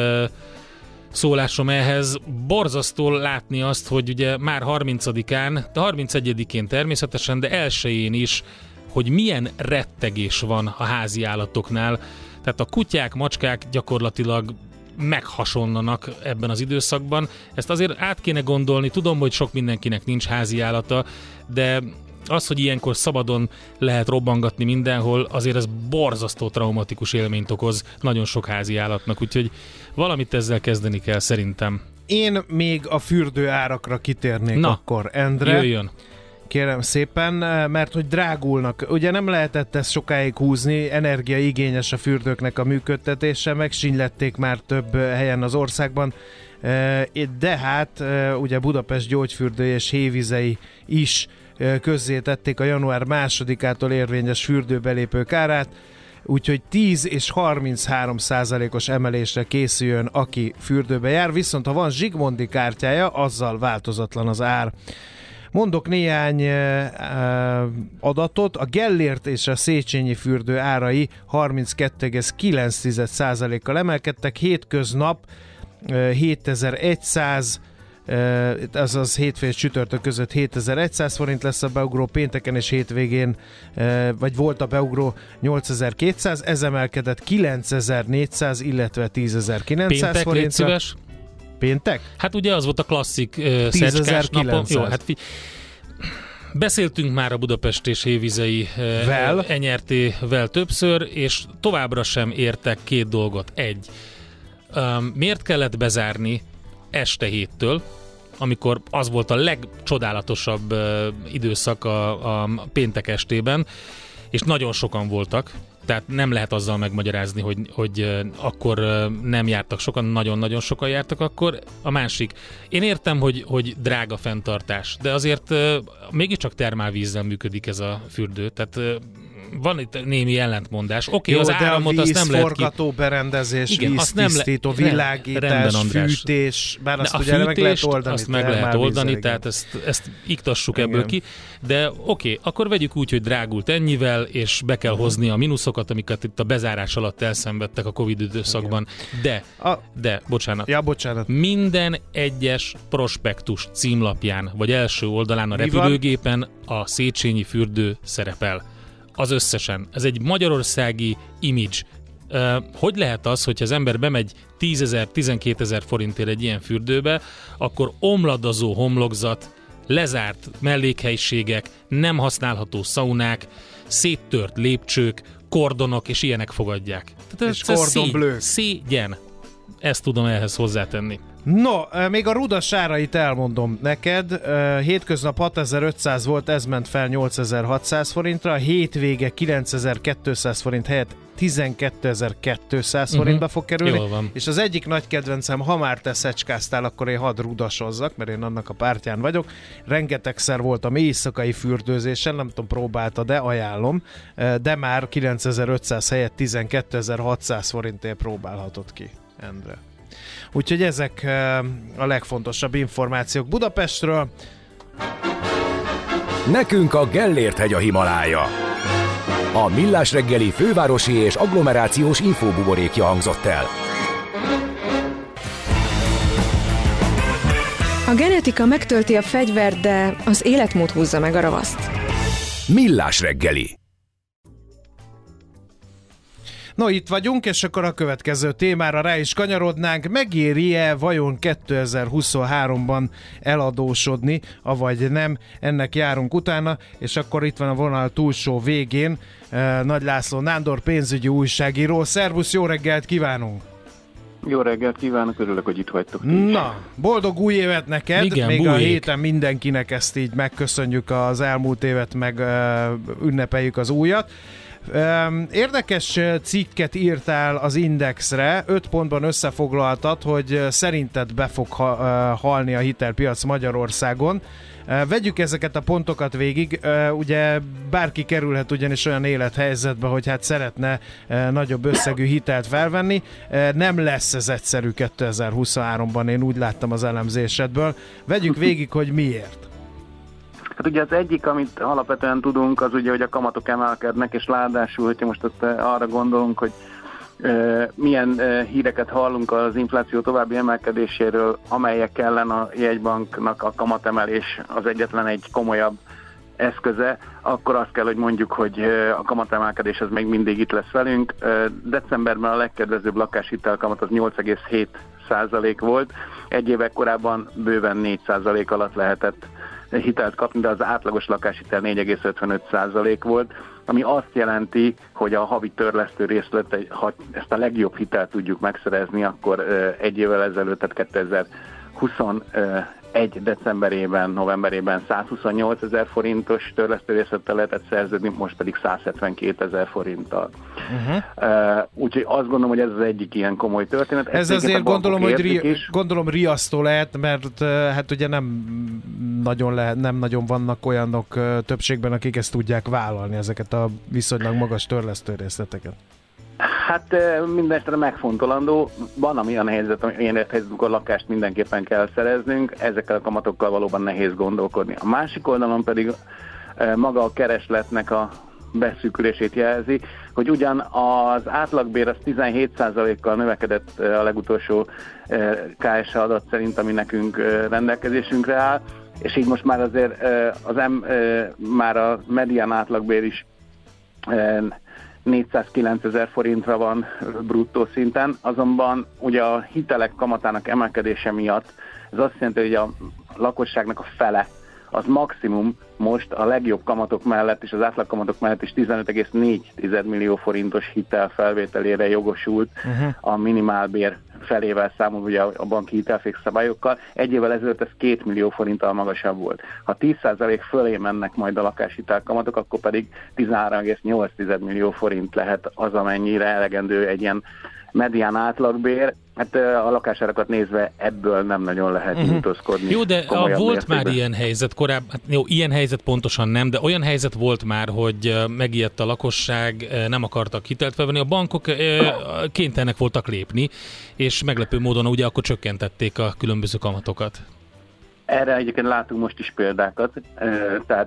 szólásom ehhez. Borzasztó látni azt, hogy ugye már 30-án, de 31-én természetesen, de 1-én is, hogy milyen rettegés van a házi állatoknál. Tehát a kutyák, macskák gyakorlatilag meghasonlanak ebben az időszakban. Ezt azért át kéne gondolni. Tudom, hogy sok mindenkinek nincs házi állata, de az, hogy ilyenkor szabadon lehet robbangatni mindenhol, azért ez borzasztó traumatikus élményt okoz nagyon sok házi állatnak, úgyhogy valamit ezzel kezdeni kell szerintem. Én még a fürdő árakra kitérnék akkor, Endre. Jöjjön. Kérem szépen, mert hogy drágulnak. Ugye nem lehetett ezt sokáig húzni, energiaigényes a fürdőknek a működtetése, megsínylették már több helyen az országban, de hát ugye Budapest gyógyfürdői és hévizei is közzétették a január 2-ától érvényes fürdőbelépők árát, úgyhogy 10 és 33%-os emelésre készüljön, aki fürdőbe jár, viszont ha van Zsigmondi kártyája, azzal változatlan az ár. Mondok néhány adatot. A Gellért és a Széchenyi fürdő árai 32,9%-kal emelkedtek, hétköznap 7100, azaz hétfő és csütörtök között 7100 forint lesz a beugró, pénteken és hétvégén, vagy volt a beugró 8200, ez emelkedett 9400, illetve 10900 forintra. Péntek? Hát ugye az volt a klasszik szecskás napon. Jó, hát beszéltünk már a Budapest és Hévizei NRT-vel többször, és továbbra sem értek két dolgot. Egy, miért kellett bezárni este 7-től, amikor az volt a legcsodálatosabb időszak a péntek estében, és nagyon sokan voltak, tehát nem lehet azzal megmagyarázni, hogy akkor nem jártak sokan, nagyon-nagyon sokan jártak akkor. A másik, én értem, hogy drága fenntartás, de azért mégiscsak termálvízzel működik ez a fürdő, tehát van itt némi ellentmondás. Oké, az áramot azt nem lehet forgató berendezés, víztisztító, világítás, fűtés, bár azt ugye meg lehet oldani. Azt meg lehet oldani, tehát ezt iktassuk ebből ki. De oké, akkor vegyük úgy, hogy drágult ennyivel, és be kell hozni a mínuszokat, amiket itt a bezárás alatt elszenvedtek a Covid időszakban. Bocsánat. Minden egyes prospektus címlapján, vagy első oldalán a repülőgépen a Széchenyi fürdő szerepel. Az összesen. Ez egy magyarországi image. Hogy lehet az, hogyha az ember bemegy 10 000, 12 000 forintért egy ilyen fürdőbe, akkor omladozó homlokzat, lezárt mellékhelyiségek, nem használható szaunák, széttört lépcsők, kordonok és ilyenek fogadják. Tehát és kordonblők. Szégyen. Ezt tudom ehhez hozzátenni. No, még a rudas árait elmondom neked. Hétköznap 6500 volt, ez ment fel 8600 forintra, a hétvége 9200 forint helyett 12200 forintba fog kerülni. És az egyik nagy kedvencem, ha már te szecskáztál, akkor én hadd rudasozzak, mert én annak a pártján vagyok. Rengetegszer voltam éjszakai fürdőzésen, nem tudom, próbálta, de ajánlom, de már 9500 helyett 12600 forintért próbálhatod ki, Endre. Úgyhogy ezek a legfontosabb információk Budapestről. Nekünk a Gellért-hegy a Himalája. A Millás reggeli fővárosi és agglomerációs infóbuborékja hangzott el. A genetika megtölti a fegyvert, de az életmód húzza meg a ravaszt. Millás reggeli. No, itt vagyunk, és akkor a következő témára rá is kanyarodnánk. Megéri-e vajon 2023-ban eladósodni, avagy nem? Ennek járunk utána, és akkor itt van a vonal túlsó végén Nagy László Nándor, pénzügyi újságíró. Szervusz, jó reggelt kívánunk! Jó reggelt kívánok, örülök, hogy itt vagytok. Na, boldog új évet neked! Igen, még bújék. A héten mindenkinek ezt így megköszönjük, az elmúlt évet, meg ünnepeljük az újat. Érdekes cikket írtál az Indexre, 5 pontban összefoglaltad, hogy szerinted be fog halni a hitelpiac Magyarországon. Vegyük ezeket a pontokat végig, ugye bárki kerülhet ugyanis olyan élethelyzetbe, hogy hát szeretne nagyobb összegű hitelt felvenni. Nem lesz ez egyszerű 2023-ban, én úgy láttam az elemzésedből. Vegyük végig, hogy miért. Hát ugye az egyik, amit alapvetően tudunk, az ugye, hogy a kamatok emelkednek, és ráadásul, hogyha most ott arra gondolunk, hogy milyen híreket hallunk az infláció további emelkedéséről, amelyek ellen a jegybanknak a kamatemelés az egyetlen egy komolyabb eszköze, akkor azt kell, hogy mondjuk, hogy a kamatemelkedés az még mindig itt lesz velünk. Decemberben a legkedvezőbb lakáshitel kamat az 8,7% volt, egy évek korábban bőven 4% alatt lehetett hitelt kapni, de az átlagos lakáshitel 4,55% volt, ami azt jelenti, hogy a havi törlesztő részlet, ha ezt a legjobb hitelt tudjuk megszerezni, akkor egy évvel ezelőtt, tehát 2021 decemberében, novemberében 128 000 forintos törlesztő részlettel lehetett szerződni, most pedig 172 000 forinttal. Úgyhogy azt gondolom, hogy ez az egyik ilyen komoly történet. Ez azért gondolom, hogy gondolom riasztó lehet, mert hát ugye nem nagyon vannak olyanok többségben, akik ezt tudják vállalni, ezeket a viszonylag magas törlesztő részleteket. Hát mindenesetre megfontolandó. Van olyan helyzet, amikor lakást mindenképpen kell szereznünk, ezekkel a kamatokkal valóban nehéz gondolkodni. A másik oldalon pedig maga a keresletnek a beszűkülését jelzi, hogy ugyan az átlagbér az 17%-kal növekedett a legutolsó KSH adat szerint, ami nekünk rendelkezésünkre áll, és így most már azért már a medián átlagbér is 409 000 forintra van bruttó szinten, azonban ugye a hitelek kamatának emelkedése miatt ez azt jelenti, hogy a lakosságnak a fele az maximum most a legjobb kamatok mellett és az átlagkamatok mellett is 15,4 millió forintos hitel felvételére jogosult a minimálbér felével számolva, ugye a banki hitelfék szabályokkal. Egy évvel ezelőtt ez 2 millió forinttal magasabb volt. Ha 10% fölé mennek majd a lakáshitel kamatok, akkor pedig 13,8 millió forint lehet az, amennyire elegendő egy ilyen medián átlagbér. Hát a lakásárakat nézve ebből nem nagyon lehet nyújtózkodni. Jó, de volt már ilyen helyzet korábban, hát jó, ilyen helyzet pontosan nem, de olyan helyzet volt már, hogy megijedt a lakosság, nem akartak hitelt felvenni, a bankok kénytelenek voltak lépni, és meglepő módon ugye akkor csökkentették a különböző kamatokat. Erre egyébként látunk most is példákat, tehát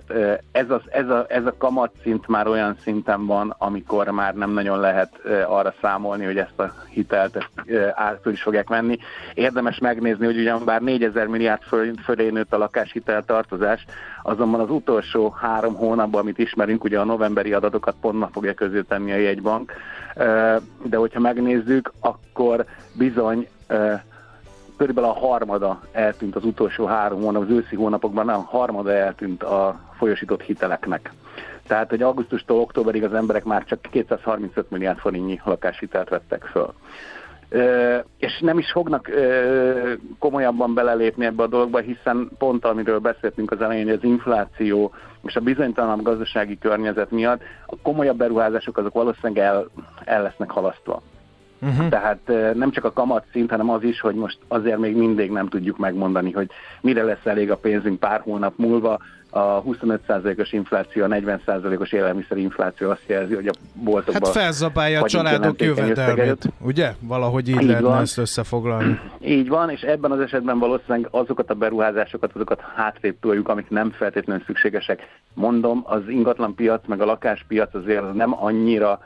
ez a kamatszint már olyan szinten van, amikor már nem nagyon lehet arra számolni, hogy ezt a hitelt föl is fogják venni. Érdemes megnézni, hogy ugyan bár 4000 milliárd fölé nőtt a lakáshitel tartozás, azonban az utolsó 3 hónapban, amit ismerünk, ugye a novemberi adatokat pont ma fogja közé tenni a jegybank, de hogyha megnézzük, akkor bizony körülbelül a harmada eltűnt az utolsó 3 hónap, az őszi hónapokban a harmada eltűnt a folyosított hiteleknek. Tehát, hogy augusztustól októberig az emberek már csak 235 milliárd forintnyi lakáshitelt vettek föl. És nem is fognak komolyabban belelépni ebbe a dologba, hiszen pont amiről beszéltünk az elején, hogy az infláció és a bizonytalanabb gazdasági környezet miatt a komolyabb beruházások azok valószínűleg el lesznek halasztva. Tehát nem csak a kamatszint, hanem az is, hogy most azért még mindig nem tudjuk megmondani, hogy mire lesz elég a pénzünk pár hónap múlva. A 25%-os infláció, a 40%-os élelmiszerinfláció azt jelzi, hogy a boltokban... Hát felzabálja a családok jövedelmét, ugye? Valahogy így lehetne ezt összefoglalni. Így van, és ebben az esetben valószínűleg azokat a beruházásokat, azokat hátrébb toljuk, amik nem feltétlenül szükségesek. Mondom, az ingatlanpiac, meg a lakáspiac azért nem annyira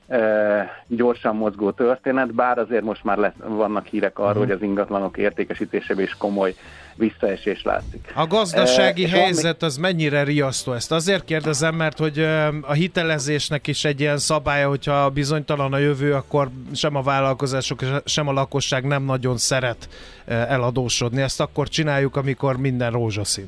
gyorsan mozgó történet, bár azért most már vannak hírek arról, hogy az ingatlanok értékesítésében is komoly visszaesés látszik. A gazdasági helyzet az mennyire riasztó? Ezt azért kérdezem, mert hogy a hitelezésnek is egy ilyen szabálya, hogyha bizonytalan a jövő, akkor sem a vállalkozások, sem a lakosság nem nagyon szeret eladósodni. Ezt akkor csináljuk, amikor minden rózsaszín.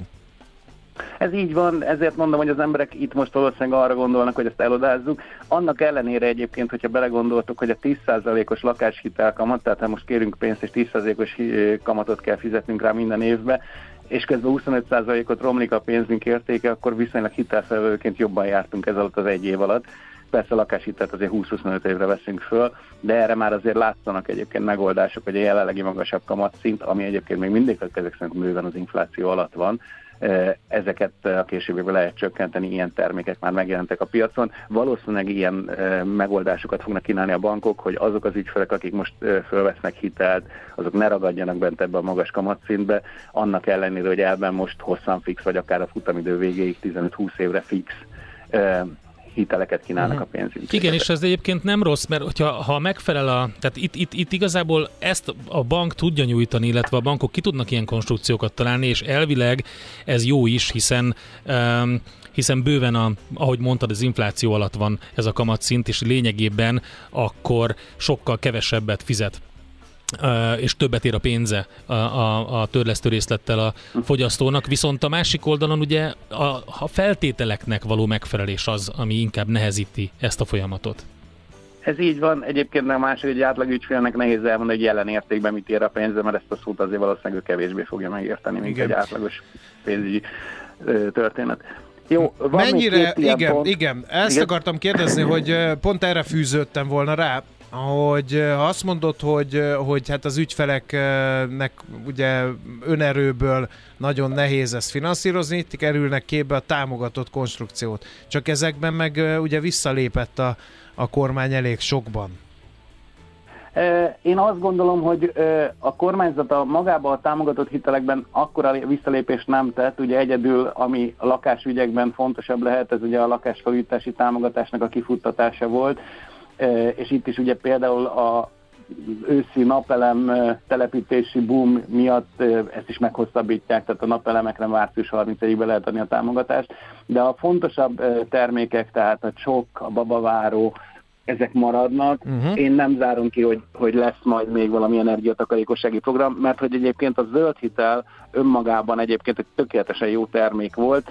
Ez így van, ezért mondom, hogy az emberek itt most valószínűleg arra gondolnak, hogy ezt elodázzuk. Annak ellenére egyébként, hogyha belegondoltuk, hogy a 10%-os lakáshitel kamat, tehát ha most kérünk pénzt és 10%-os kamatot kell fizetnünk rá minden évben, és közben 25%-ot romlik a pénzünk értéke, akkor viszonylag hitelfelvevőként jobban jártunk ez alatt az egy év alatt. Persze a lakáshitelt azért 20-25 évre veszünk föl, de erre már azért látszanak egyébként megoldások, hogy a jelenlegi magasabb kamatszint, ami egyébként még mindig ezek szerint bőven az infláció alatt van, ezeket a későbbiekben lehet csökkenteni, ilyen termékek már megjelentek a piacon. Valószínűleg ilyen megoldásokat fognak kínálni a bankok, hogy azok az ügyfelek, akik most fölvesznek hitelt, azok ne ragadjanak bent ebbe a magas kamatszintbe, annak ellenére, hogy elben most hosszan fix, vagy akár a futamidő végéig 15-20 évre fix hiteleket kínálnak a pénzünkre. Igen, és ez egyébként nem rossz, mert ha megfelel tehát itt igazából ezt a bank tudja nyújtani, illetve a bankok ki tudnak ilyen konstrukciókat találni, és elvileg ez jó is, hiszen bőven, ahogy mondtad, az infláció alatt van ez a kamatszint, és lényegében akkor sokkal kevesebbet fizet és többet ér a pénze a törlesztő részlettel a fogyasztónak, viszont a másik oldalon ugye a feltételeknek való megfelelés az, ami inkább nehezíti ezt a folyamatot. Ez így van, egyébként a másik, egy átlag ügyfélnek nehéz elmondani, hogy jelen értékben mit ér a pénze, mert ezt a szót azért valószínűleg ő kevésbé fogja megérteni, mint egy átlagos pénzügyi történet. Jó, van mennyire, igen, ezt akartam kérdezni, hogy pont erre fűződtem volna rá, hogy azt mondod, hogy hát az ügyfeleknek ugye önerőből nagyon nehéz ezt finanszírozni, itt kerülnek képbe a támogatott konstrukciót. Csak ezekben meg ugye visszalépett a kormány elég sokban. Én azt gondolom, hogy a kormányzat magában a támogatott hitelekben akkora visszalépést nem tett, ugye egyedül, ami a lakásügyekben fontosabb lehet, ez ugye a lakásfelújítási támogatásnak a kifuttatása volt, és itt is ugye például a őszi napelem telepítési boom miatt ezt is meghosszabbítják, tehát a napelemekre március 31-ig be lehet adni a támogatást, de a fontosabb termékek, tehát a csok, a babaváró, ezek maradnak. Én nem zárom ki, hogy lesz majd még valami energiatakarékossági program, mert hogy egyébként a zöld hitel önmagában egyébként egy tökéletesen jó termék volt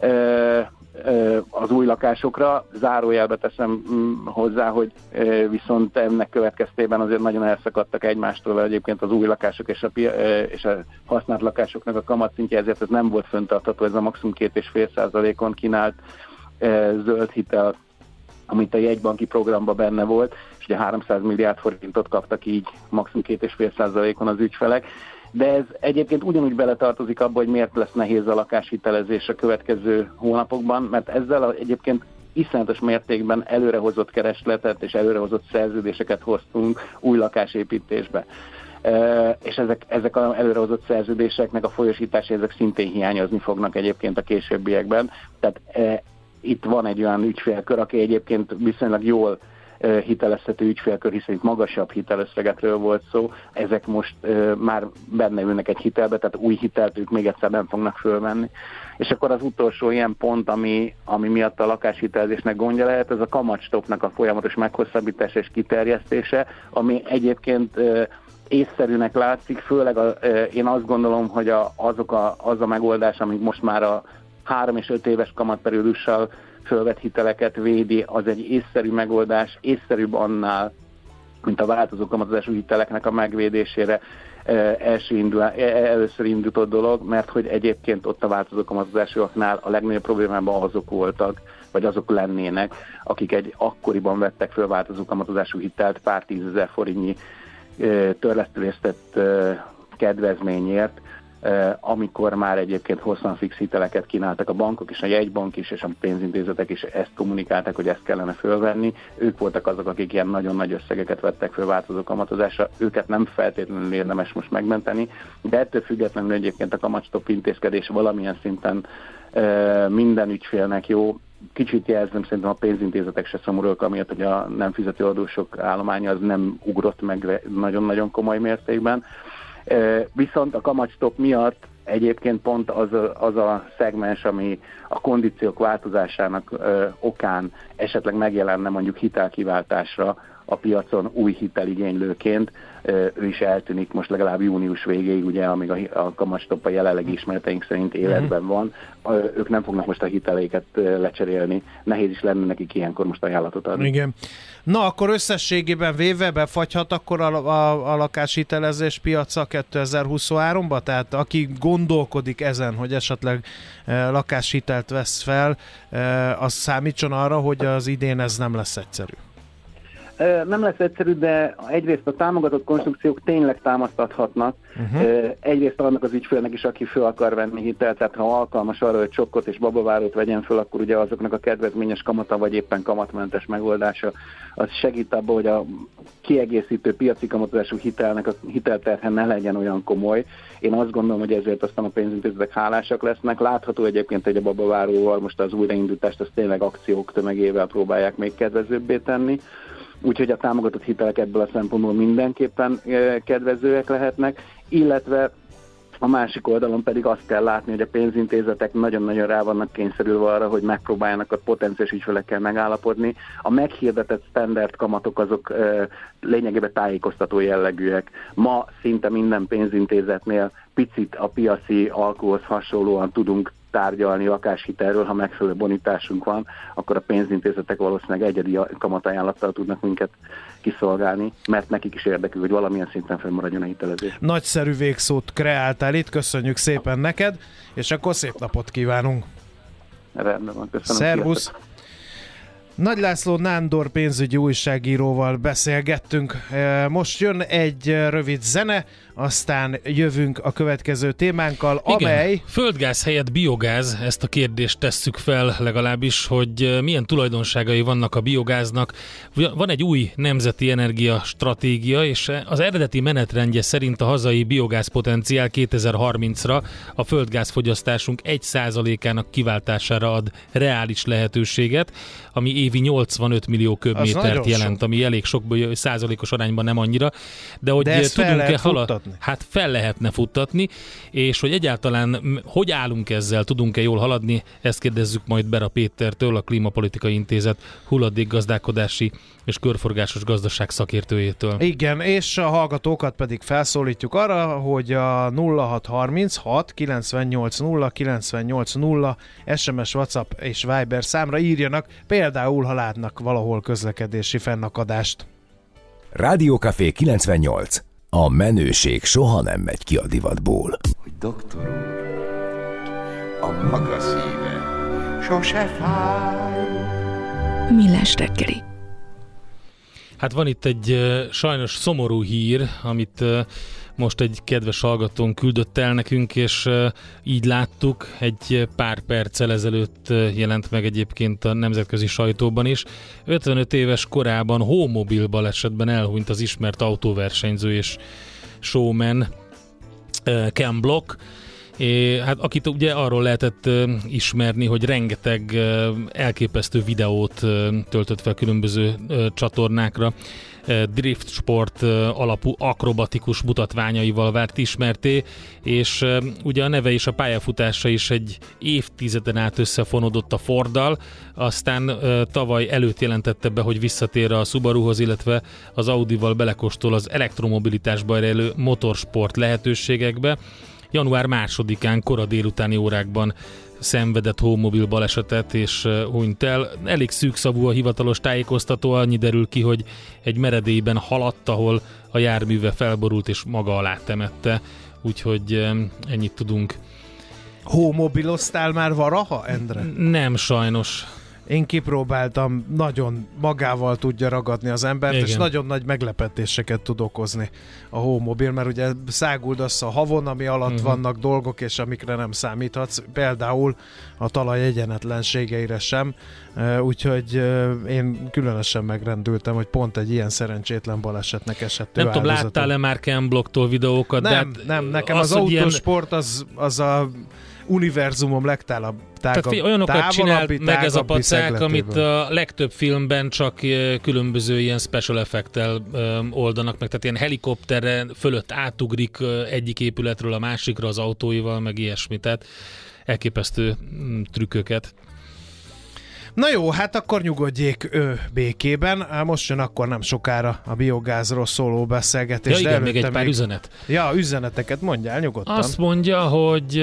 az új lakásokra. Zárójelbe teszem hozzá, hogy viszont ennek következtében azért nagyon elszakadtak egymástól egyébként az új lakások és a használt lakásoknak a kamatszintje, ezért ez nem volt fenntartható, ez a maximum 2,5%-on kínált zöld hitel, amit a jegybanki programban benne volt, és ugye 300 milliárd forintot kaptak így maximum 2,5%-on az ügyfelek. De ez egyébként ugyanúgy beletartozik abba, hogy miért lesz nehéz a lakáshitelezés a következő hónapokban, mert ezzel egyébként iszonyatos mértékben előrehozott keresletet és előrehozott szerződéseket hoztunk új lakásépítésbe. És ezek az előrehozott szerződéseknek a folyosítása, ezek szintén hiányozni fognak egyébként a későbbiekben. Tehát itt van egy olyan ügyfélkör, aki egyébként viszonylag jól hitelezhető ügyfélkör, hiszen itt magasabb hitelösszegekről volt szó, ezek most már benne ülnek egy hitelbe, tehát új hitelt ők még egyszer nem fognak fölvenni. És akkor az utolsó ilyen pont, ami miatt a lakáshitelezésnek gondja lehet, ez a kamatstopnak a folyamatos meghosszabbítása és kiterjesztése, ami egyébként észszerűnek látszik, főleg én azt gondolom, hogy az a megoldás, amik most már a 3 és 5 éves kamatperiódussal fölvett hiteleket védi, az egy észszerű megoldás, észszerűbb annál, mint a változó kamatozású hiteleknek a megvédésére először indított dolog, mert hogy egyébként ott a változó kamatozásúaknál a legnagyobb problémában azok voltak, vagy azok lennének, akik akkoriban vettek föl változó kamatozású hitelt pár 10 000 forintnyi törlesztőztetett kedvezményért, amikor már egyébként hosszan fix hiteleket kínáltak a bankok és a jegybank is, és a pénzintézetek is ezt kommunikálták, hogy ezt kellene fölvenni. Ők voltak azok, akik ilyen nagyon nagy összegeket vettek föl változó kamatozásra. Őket nem feltétlenül érdemes most megmenteni, de ettől függetlenül egyébként a kamatstop intézkedés valamilyen szinten minden ügyfélnek jó. Kicsit jelzem, szerintem a pénzintézetek se szomorúak, amiatt, hogy a nem fizető adósok állománya az nem ugrott meg nagyon-nagyon komoly mértékben. Viszont a kamatstop miatt egyébként pont az a szegmens, ami a kondíciók változásának okán esetleg megjelenne mondjuk hitelkiváltásra a piacon új hiteligénylőként, ő is eltűnik most legalább június végéig, ugye, amíg a kamatstop a jelenlegi ismereteink szerint életben van. Ők nem fognak most a hiteleiket lecserélni. Nehéz is lenne nekik ilyenkor most ajánlatot adni. Igen. Na, akkor összességében véve befagyhat akkor a lakáshitelezés piaca 2023-ba? Tehát aki gondolkodik ezen, hogy esetleg lakáshitelt vesz fel, az számítson arra, hogy az idén ez nem lesz egyszerű. Nem lesz egyszerű, de egyrészt a támogatott konstrukciók tényleg támasztathatnak. Egyrészt annak az ügyfélnek is, aki föl akar venni hitelt, tehát ha alkalmas arra, hogy csokkot és babavárót vegyen föl, akkor ugye azoknak a kedvezményes kamata, vagy éppen kamatmentes megoldása, az segít abban, hogy a kiegészítő piaci kamatozású hitelnek a hitelterhe ne legyen olyan komoly. Én azt gondolom, hogy ezért aztán a pénzintézetek hálásak lesznek. Látható egyébként, hogy a babaváróval most az újraindítást, azt tényleg akciók tömegével próbálják még kedvezőbbé tenni. Úgyhogy a támogatott hitelek ebből a szempontból mindenképpen kedvezőek lehetnek, illetve a másik oldalon pedig azt kell látni, hogy a pénzintézetek nagyon-nagyon rá vannak kényszerülve arra, hogy megpróbáljanak a potenciális ügyfelekkel megállapodni. A meghirdetett standard kamatok azok lényegében tájékoztató jellegűek. Ma szinte minden pénzintézetnél picit a piaci alkuhoz hasonlóan tudunk tárgyalni lakáshitelről, ha megfelelő bonitásunk van, akkor a pénzintézetek valószínűleg egyedi kamatajánlattal tudnak minket kiszolgálni, mert nekik is érdekül, hogy valamilyen szinten fennmaradjon a hitelezés. Nagyszerű végszót kreáltál itt, köszönjük szépen neked, és akkor szép napot kívánunk! Rendben van, köszönöm. Szervusz! Nagy László Nándor pénzügyi újságíróval beszélgettünk. Most jön egy rövid zene, aztán jövünk a következő témánkkal, igen, amely... földgáz helyett biogáz, ezt a kérdést tesszük fel legalábbis, hogy milyen tulajdonságai vannak a biogáznak. Van egy új nemzeti energiastratégia, és az eredeti menetrendje szerint a hazai biogázpotenciál 2030-ra a földgázfogyasztásunk 1%-ának kiváltására ad reális lehetőséget, ami évi 85 millió köbmétert jelent, ami elég sok százalékos arányban nem annyira, de hogy tudunk-e haladni? Hát fel lehetne futtatni, és hogy egyáltalán hogy állunk ezzel, tudunk-e jól haladni, ezt kérdezzük majd Bera Pétertől, a Klímapolitikai Intézet hulladékgazdálkodási és körforgásos gazdaság szakértőjétől. Igen, és a hallgatókat pedig felszólítjuk arra, hogy a 0636 980 980 SMS, WhatsApp és Viber számra írjanak, például ha látnak valahol közlekedési fennakadást. Rádiókafé 98. A menőség soha nem megy ki a divatból. Hogy doktor úr, a maga szíve sose fáj. Millás reggeli. Hát van itt egy sajnos szomorú hír, amit most egy kedves hallgatón küldött el nekünk, és így láttuk, egy pár perccel ezelőtt jelent meg egyébként a nemzetközi sajtóban is. 55 éves korában hómobil balesetben elhunyt az ismert autóversenyző és showman Ken Block. Hát akit ugye arról lehetett ismerni, hogy rengeteg elképesztő videót töltött fel különböző csatornákra, drift sport alapú akrobatikus mutatványaival vált ismerté, és ugye a neve és a pályafutása is egy évtizeden át összefonódott a Forddal, aztán tavaly előtt jelentette be, hogy visszatér a Subaruhoz, illetve az Audival belekóstol az elektromobilitásba rejlő motorsport lehetőségekbe. Január 2-án kora délutáni órákban szenvedett hómobil balesetet és hunyt el. Elég szűkszavú a hivatalos tájékoztató, annyi derül ki, hogy egy meredélyben haladt, ahol a járműve felborult és maga alá temette. Úgyhogy ennyit tudunk. Hómobiloztál már valaha, Endre? Nem, sajnos. Én kipróbáltam, nagyon magával tudja ragadni az embert, igen. És nagyon nagy meglepetéseket tud okozni a hómobil, mert ugye száguldasz a havon, ami alatt vannak dolgok, és amikre nem számíthatsz, például a talaj egyenetlenségeire sem, úgyhogy én különösen megrendültem, hogy pont egy ilyen szerencsétlen balesetnek esett. Nem tudom, láttál-e már Ken Blocktól videókat? Nem, nekem az autósport az a univerzumom olyanokat csinált meg ez a pacák, amit a legtöbb filmben csak különböző ilyen special effect-tel oldanak meg, tehát ilyen helikopterre fölött átugrik egyik épületről a másikra az autóival, meg ilyesmi, tehát elképesztő trükköket. Na jó, hát akkor nyugodjék békében. Most jön akkor nem sokára a biogázról szóló beszélgetés. Ja igen, még egy pár üzenet. Ja, üzeneteket mondjál nyugodtan. Azt mondja, hogy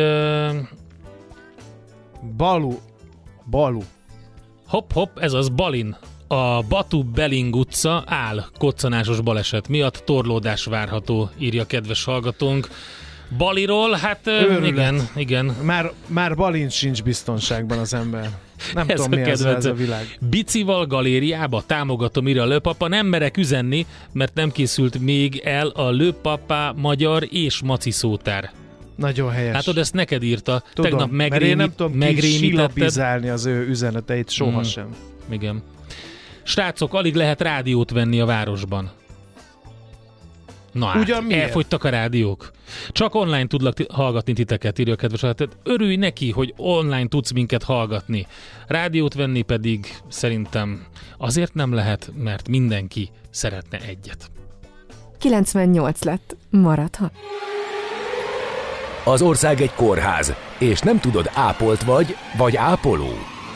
Balu. Hopp, ez az Balin. A Batu-Beling utca áll koccanásos baleset miatt, torlódás várható, írja kedves hallgatónk. Baliról, hát igen. Már Balin sincs biztonságban az ember. Nem tudom, mi ez a világ. Bicival galériába támogatom, írja a Lőpapa. Nem merek üzenni, mert nem készült még el a Lőpapa magyar és maci szótár. Nagyon helyes. Látod, ezt neked írta. Tudom, tegnap mert én nem tudom kisilabizálni az ő üzeneteit sohasem. Igen. Srácok, alig lehet rádiót venni a városban. Na hát, elfogytak a rádiók. Csak online tudlak hallgatni titeket, írja a kedves hallgató. Örülj neki, hogy online tudsz minket hallgatni. Rádiót venni pedig szerintem azért nem lehet, mert mindenki szeretne egyet. 98 lett. Maradhat. Az ország egy kórház, és nem tudod, ápolt vagy ápoló.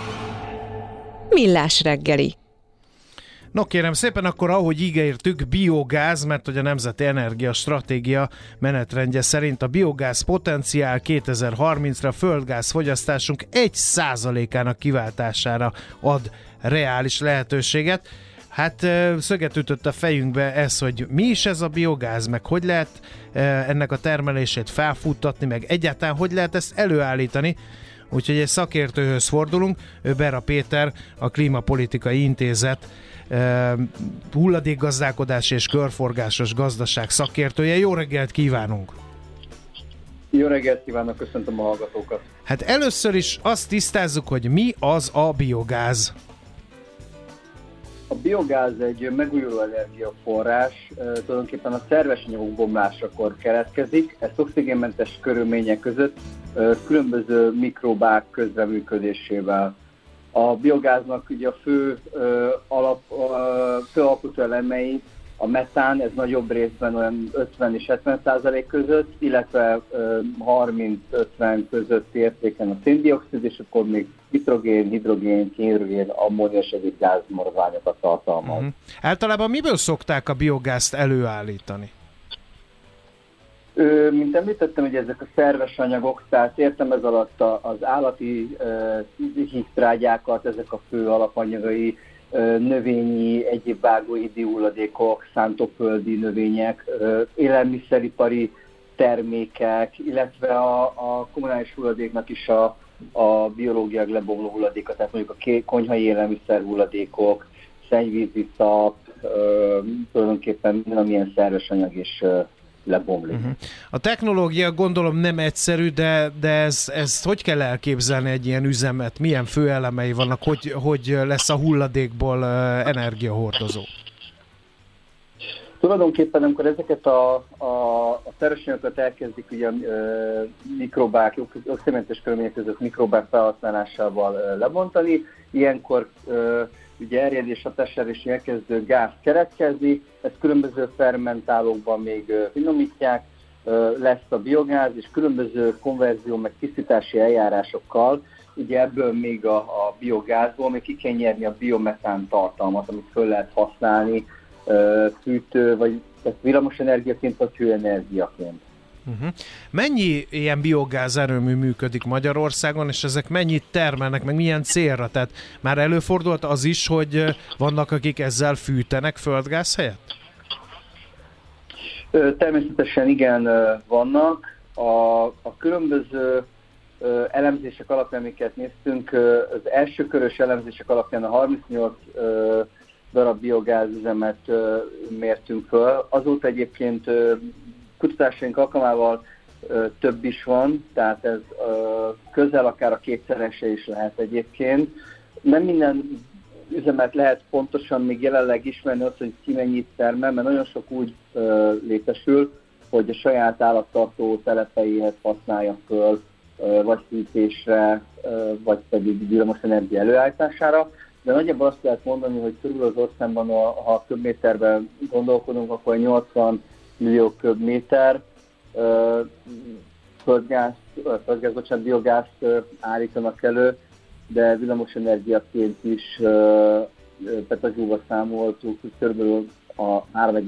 Millás reggeli. No kérem szépen, akkor ahogy ígértük, biogáz, mert hogy a Nemzeti Energia Stratégia menetrendje szerint a biogáz potenciál 2030-ra földgáz fogyasztásunk 1%-ának kiváltására ad reális lehetőséget. Hát szöget ütött a fejünkbe ez, hogy mi is ez a biogáz, meg hogy lehet ennek a termelését felfuttatni, meg egyáltalán hogy lehet ezt előállítani. úgyhogy egy szakértőhöz fordulunk, ő Bera Péter, a Klímapolitikai Intézet hulladékgazdálkodás és körforgásos gazdaság szakértője. Jó reggelt kívánunk! Jó reggelt kívánok, köszöntöm a hallgatókat! Hát először is azt tisztázzuk, hogy mi az a biogáz. A biogáz egy megújuló energiaforrás, tulajdonképpen a szerves anyagok bomlásakor keletkezik, ezt oxigénmentes körülmények között különböző mikrobák közreműködésével. A biogáznak ugye a fő alapító elemei, a metán, ez nagyobb részben olyan 50 és 70% között, illetve 30-50 között értéken a széndioxid, és akkor még nitrogén, hidrogén, kén-hidrogén, ammónia és egyéb gázmaradványokat tartalmaz. Általában miből szokták a biogázt előállítani? Mint említettem, hogy ezek a szerves anyagok, tehát értem ez alatt az állati hígtrágyákat, ezek a fő alapanyagai, növényi, egyéb vágóhidi hulladékok, szántóföldi növények, élelmiszeripari termékek, illetve a kommunális hulladéknak is a biológiailag lebomló hulladéka, tehát mondjuk a konyhai élelmiszer hulladékok, szennyvízi szap, tulajdonképpen minden, amilyen szerves anyag is lebomlik. A technológia gondolom nem egyszerű, de ezt hogy kell elképzelni egy ilyen üzemet? Milyen főelemei vannak? Hogy lesz a hulladékból energiahordozó? Tulajdonképpen, amikor ezeket a szerves anyagokat elkezdik ugye mikrobák, oxigénmentes körülmények között mikrobák felhasználásával lebontani, ilyenkor ugye erjedés hatására is elkezdő gáz keletkezik, ezt különböző fermentálókban még finomítják, lesz a biogáz, és különböző konverzió meg tisztítási eljárásokkal, ugye ebből még a biogázból még ki kell nyerni a biometán tartalmat, amit föl lehet használni fűtő, vagy villamos energiaként, vagy hőenergiaként. Mennyi ilyen biogáz erőmű működik Magyarországon, és ezek mennyit termelnek, meg milyen célra? Tehát már előfordult az is, hogy vannak, akik ezzel fűtenek földgáz helyett? Természetesen igen, vannak. A különböző elemzések alapján, amiket néztünk, az első körös elemzések alapján a 38 darab biogázüzemet mértünk föl. Azóta egyébként kutatásaink alkalmával több is van, tehát ez közel akár a kétszerese is lehet egyébként. Nem minden üzemet lehet pontosan még jelenleg ismerni azt, hogy ki mennyit termel, mert nagyon sok úgy létesül, hogy a saját állattartó telepeihez használja föl, vagy fűtésre, vagy pedig villamosenergia előállítására. De nagyjából azt lehet mondani, hogy körül az országban, ha köbméterben gondolkodunk, akkor 80 millió köbméter biogázt állítanak elő, de villamosenergiaként is petazsúval számoltuk, hogy kb. A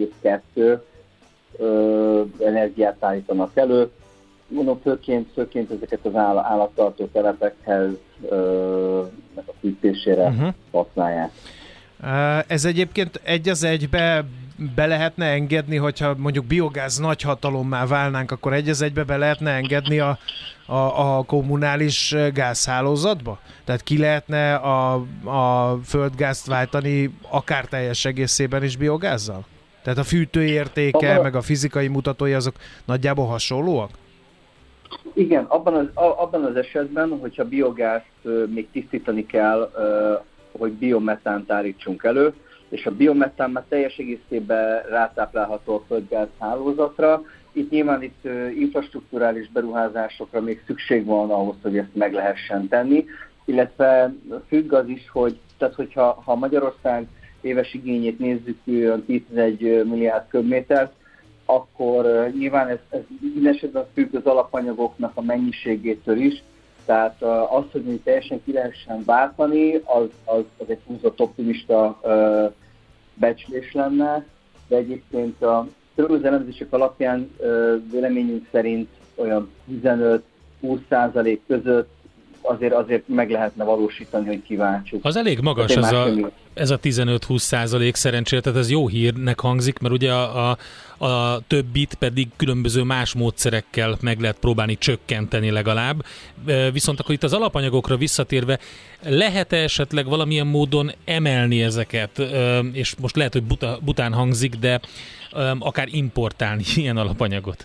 3,2 energiát állítanak elő. Mondom, főként ezeket az állattartó telepekhez a fűtésére használják. Ez egyébként egy az egybe be lehetne engedni, hogyha mondjuk biogáz nagyhatalommá válnánk, akkor egy az egybe be lehetne engedni a kommunális gázhálózatba? Tehát ki lehetne a földgázt váltani akár teljes egészében is biogázzal? Tehát a fűtőértéke, meg a fizikai mutatói azok nagyjából hasonlóak? Igen, abban az esetben, hogyha biogázt még tisztítani kell, hogy biometánt állítsunk elő, és a biometán már teljes egészében rátáplálható a földgáz hálózatra. Nyilván infrastrukturális beruházásokra még szükség van ahhoz, hogy ezt meg lehessen tenni, illetve függ az is, hogyha Magyarország éves igényét nézzük, 10-11 milliárd köbmétert, akkor nyilván ez minden esetben függ az alapanyagoknak a mennyiségétől is, tehát az, hogy teljesen ki lehessen váltani, az egy húzott optimista becslés lenne, de egyébként a körülbelül elemzések alapján véleményünk szerint olyan 15-20% között azért meg lehetne valósítani, hogy kiváltsuk. Az elég magas ez a 15-20% szerencsére, tehát ez jó hírnek hangzik, mert ugye a többit pedig különböző más módszerekkel meg lehet próbálni csökkenteni legalább. Viszont akkor itt az alapanyagokra visszatérve, lehet-e esetleg valamilyen módon emelni ezeket, és most lehet, hogy bután hangzik, de akár importálni ilyen alapanyagot?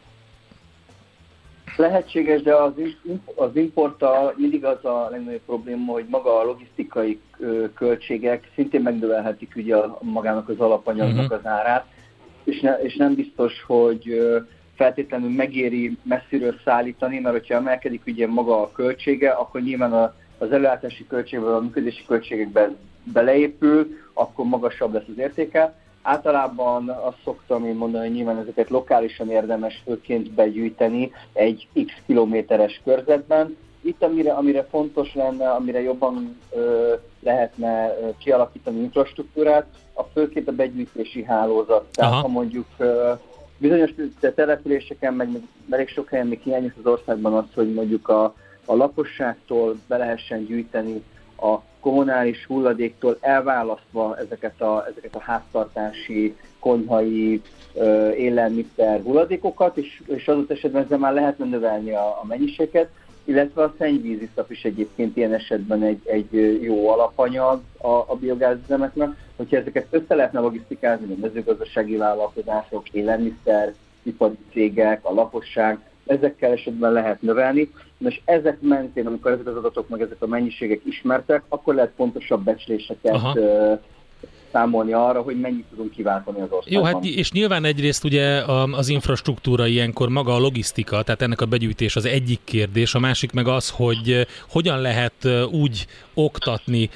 Lehetséges, de az importtal mindig az a legnagyobb probléma, hogy maga a logisztikai költségek szintén megnövelhetik ugye magának az alapanyagnak az árát, és nem biztos, hogy feltétlenül megéri messziről szállítani, mert hogyha emelkedik ugye maga a költsége, akkor nyilván az előállítási költségben, a működési költségekben beleépül, akkor magasabb lesz az értéke. Általában azt szoktam én mondani, hogy nyilván ezeket lokálisan érdemes főként begyűjteni egy x kilométeres körzetben. Itt amire fontos lenne, amire jobban lehetne kialakítani infrastruktúrát, a főként a begyűjtési hálózat. Tehát ha mondjuk bizonyos településeken, meg elég sok helyen még hiányos az országban az, hogy mondjuk a lakosságtól be lehessen gyűjteni a kommunális hulladéktól elválasztva ezeket a háztartási, konyhai, élelmiszer hulladékokat, és adott esetben ezzel már lehetne növelni a mennyiséget, illetve a szennyvíziszap is egyébként ilyen esetben egy jó alapanyag a biogázüzemeknek, hogyha ezeket össze lehetne logisztikázni, a mezőgazdasági vállalkozások, élelmiszer, ipari cégek, a lakosság, ezekkel esetben lehet növelni. És ezek mentén, amikor ezek az adatok, meg ezek a mennyiségek ismertek, akkor lehet pontosabb becsléseket számolni arra, hogy mennyit tudunk kiváltani az országban. Jó, hát és nyilván egyrészt ugye az infrastruktúra ilyenkor, maga a logisztika, tehát ennek a begyűjtés az egyik kérdés, a másik meg az, hogy hogyan lehet úgy oktatni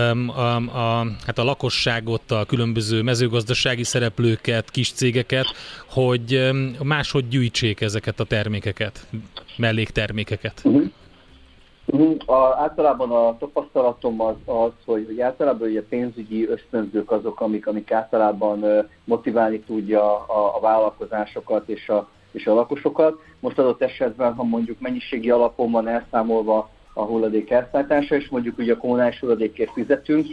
hát a lakosságot, a különböző mezőgazdasági szereplőket, kis cégeket, hogy máshogy gyűjtsék ezeket a termékeket, melléktermékeket. Általában a tapasztalatom az, hogy általában ugye pénzügyi ösztönzők azok, amik általában motiválni tudja a vállalkozásokat és a lakosokat. Most adott esetben, ha mondjuk mennyiségi alapon van elszámolva a hulladék elszállítása, és mondjuk ugye a kommunális hulladékért fizetünk,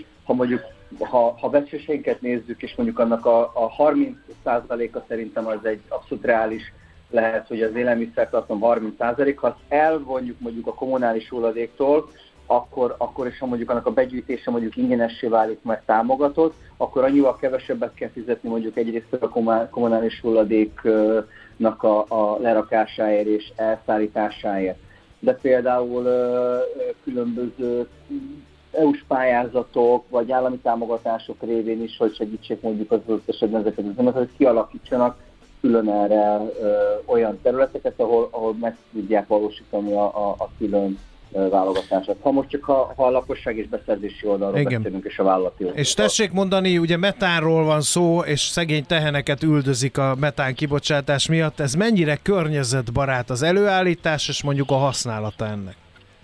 ha becsléseinket nézzük, és mondjuk annak a 30%-a szerintem az egy abszolút reális lehet, hogy az élelmiszertartalom 30%, ha elvonjuk mondjuk a kommunális hulladéktól, akkor és ha mondjuk annak a begyűjtése mondjuk ingyenessé válik, meg támogatott, akkor annyival kevesebbet kell fizetni mondjuk egyrészt a kommunális hulladéknak a lerakásáért és elszállításáért. De például különböző EU-s pályázatok vagy állami támogatások révén is, hogy segítsék mondjuk az esetben ezeket az üzemeket, hogy kialakítsanak külön erre olyan területeket, ahol meg tudják valósítani a külön válogatását. Ha most csak ha a lakosság és beszerzési oldalról beszélünk, és a vállalati oldalról. És tessék mondani, ugye metánról van szó, és szegény teheneket üldözik a metán kibocsátás miatt. Ez mennyire környezetbarát az előállítás, és mondjuk a használata ennek?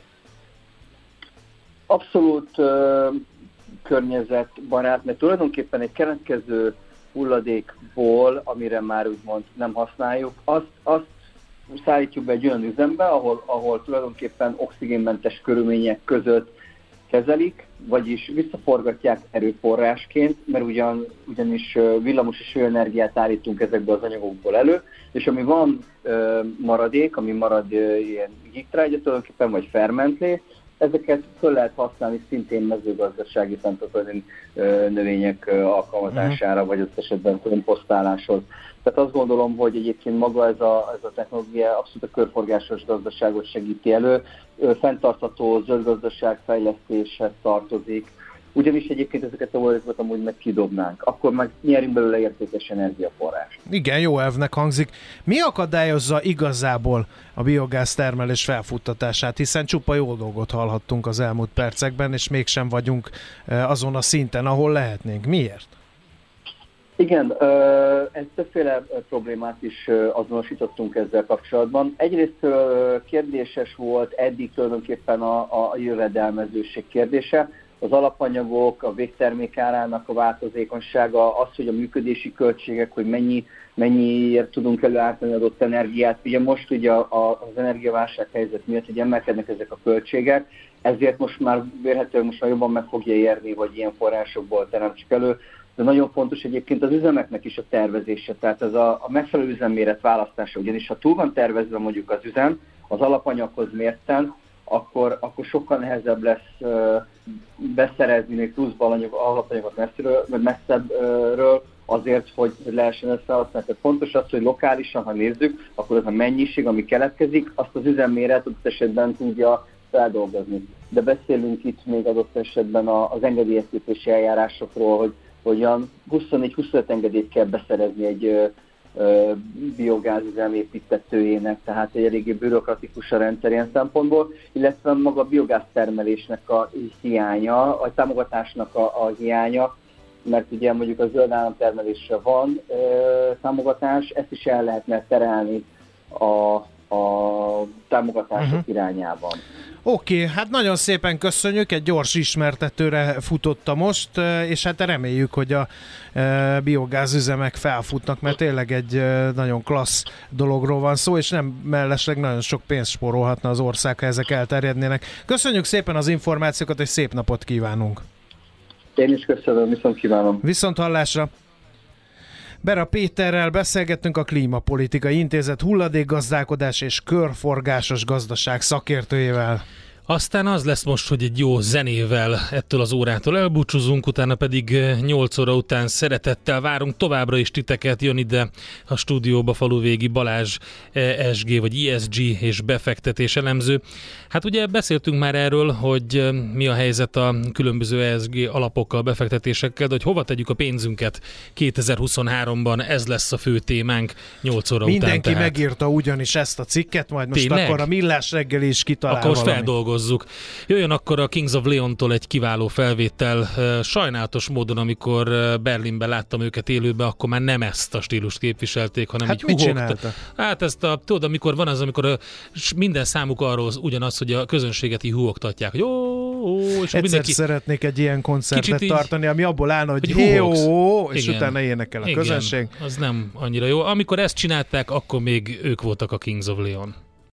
Abszolút környezetbarát, mert tulajdonképpen egy keletkező hulladékból, amire már úgymond nem használjuk, azt szállítjuk be egy olyan üzembe, ahol tulajdonképpen oxigénmentes körülmények között kezelik, vagyis visszaforgatják erőforrásként, mert ugyanis villamos és hőenergiát állítunk ezekbe az anyagokból elő, és ami van maradék, ami marad ilyen gigtrágya tulajdonképpen, vagy fermentlé, ezeket föl lehet használni szintén mezőgazdasági fenntartható növények alkalmazására, vagy az esetben komposztáláshoz. Tehát azt gondolom, hogy egyébként maga ez a technológia abszolút a körforgásos gazdaságot segíti elő, fenntartható zöld gazdaság fejlesztéshez tartozik, ugyanis egyébként ezeket a hulladékokat amúgy meg kidobnánk, akkor meg nyerünk belőle értékes energiaforrás. Igen, jó elvnek hangzik. Mi akadályozza igazából a biogáz termelés felfuttatását, hiszen csupa jó dolgot hallhattunk az elmúlt percekben, és mégsem vagyunk azon a szinten, ahol lehetnénk. Miért? Igen, többféle problémát is azonosítottunk ezzel kapcsolatban. Egyrészt kérdéses volt eddig tulajdonképpen a jövedelmezőség kérdése. az alapanyagok, a végtermék árának a változékonysága, az, hogy a működési költségek, hogy mennyiért tudunk előállítani adott energiát. Ugye most ugye az energiaválság helyzet miatt ugye emelkednek ezek a költségek, ezért most már vélhetően most már jobban meg fogja érni, hogy ilyen forrásokból teremtsük elő. De nagyon fontos egyébként az üzemeknek is a tervezése, tehát ez a megfelelő üzemméret választása, ugyanis ha túl van tervezve mondjuk az üzem, az alapanyaghoz mérten, akkor sokkal nehezebb lesz beszerezni még pluszban alapanyagot messzebbről, azért, hogy lehessen ezt felhasználni. Tehát fontos az, hogy lokálisan, ha nézzük, akkor az a mennyiség, ami keletkezik, azt az üzemméret adott esetben tudja feldolgozni. De beszélünk itt még adott esetben az engedélyeztetési eljárásokról, hogy olyan 24-25 engedélyt kell beszerezni egy biogázüzem építetőjének, tehát egy eléggé bürokratikus a rendszer ilyen szempontból, illetve maga a biogáztermelésnek a hiánya, a támogatásnak a hiánya, mert ugye mondjuk a zöld államtermelésre van támogatás, ezt is el lehetne terelni a támogatások irányában. Oké, hát nagyon szépen köszönjük, egy gyors ismertetőre futotta most, és hát reméljük, hogy a biogázüzemek felfutnak, mert tényleg egy nagyon klassz dologról van szó, és nem mellesleg nagyon sok pénzt spórolhatna az ország, ha ezek elterjednének. Köszönjük szépen az információkat, és szép napot kívánunk! Én is köszönöm, viszont kívánom! Viszont hallásra! Bera Péterrel beszélgettünk, a Klímapolitikai Intézet hulladékgazdálkodás és körforgásos gazdaság szakértőjével. Aztán az lesz most, hogy egy jó zenével ettől az órától elbúcsúzunk, utána pedig 8 óra után szeretettel várunk továbbra is titeket. Jön ide a stúdióba Faluvégi Balázs, ESG vagy ESG és befektetés elemző. Hát ugye beszéltünk már erről, hogy mi a helyzet a különböző ESG alapokkal, befektetésekkel, de hogy hova tegyük a pénzünket 2023-ban, ez lesz a fő témánk 8 óra után. Mindenki megírta ugyanis ezt a cikket, majd most tényleg? Akkor a Millás reggeli is kitalál akkor most valami. Feldolgozzuk. Jöjjön akkor a Kings of Leontól egy kiváló felvétel. Sajnálatos módon, amikor Berlinben láttam őket élőben, akkor már nem ezt a stílust képviselték, hanem hát így huhogta. Hát ezt tudod, amikor van az, amikor minden számuk arról ugyanaz, hogy a közönséget így huhogtatják, hogy és mindenki szeretnék egy ilyen koncertet tartani, ami abból állna, hogy és utána énekel a közönség. Az nem annyira jó. Amikor ezt csinálták, akkor még ők voltak a Kings of Leon.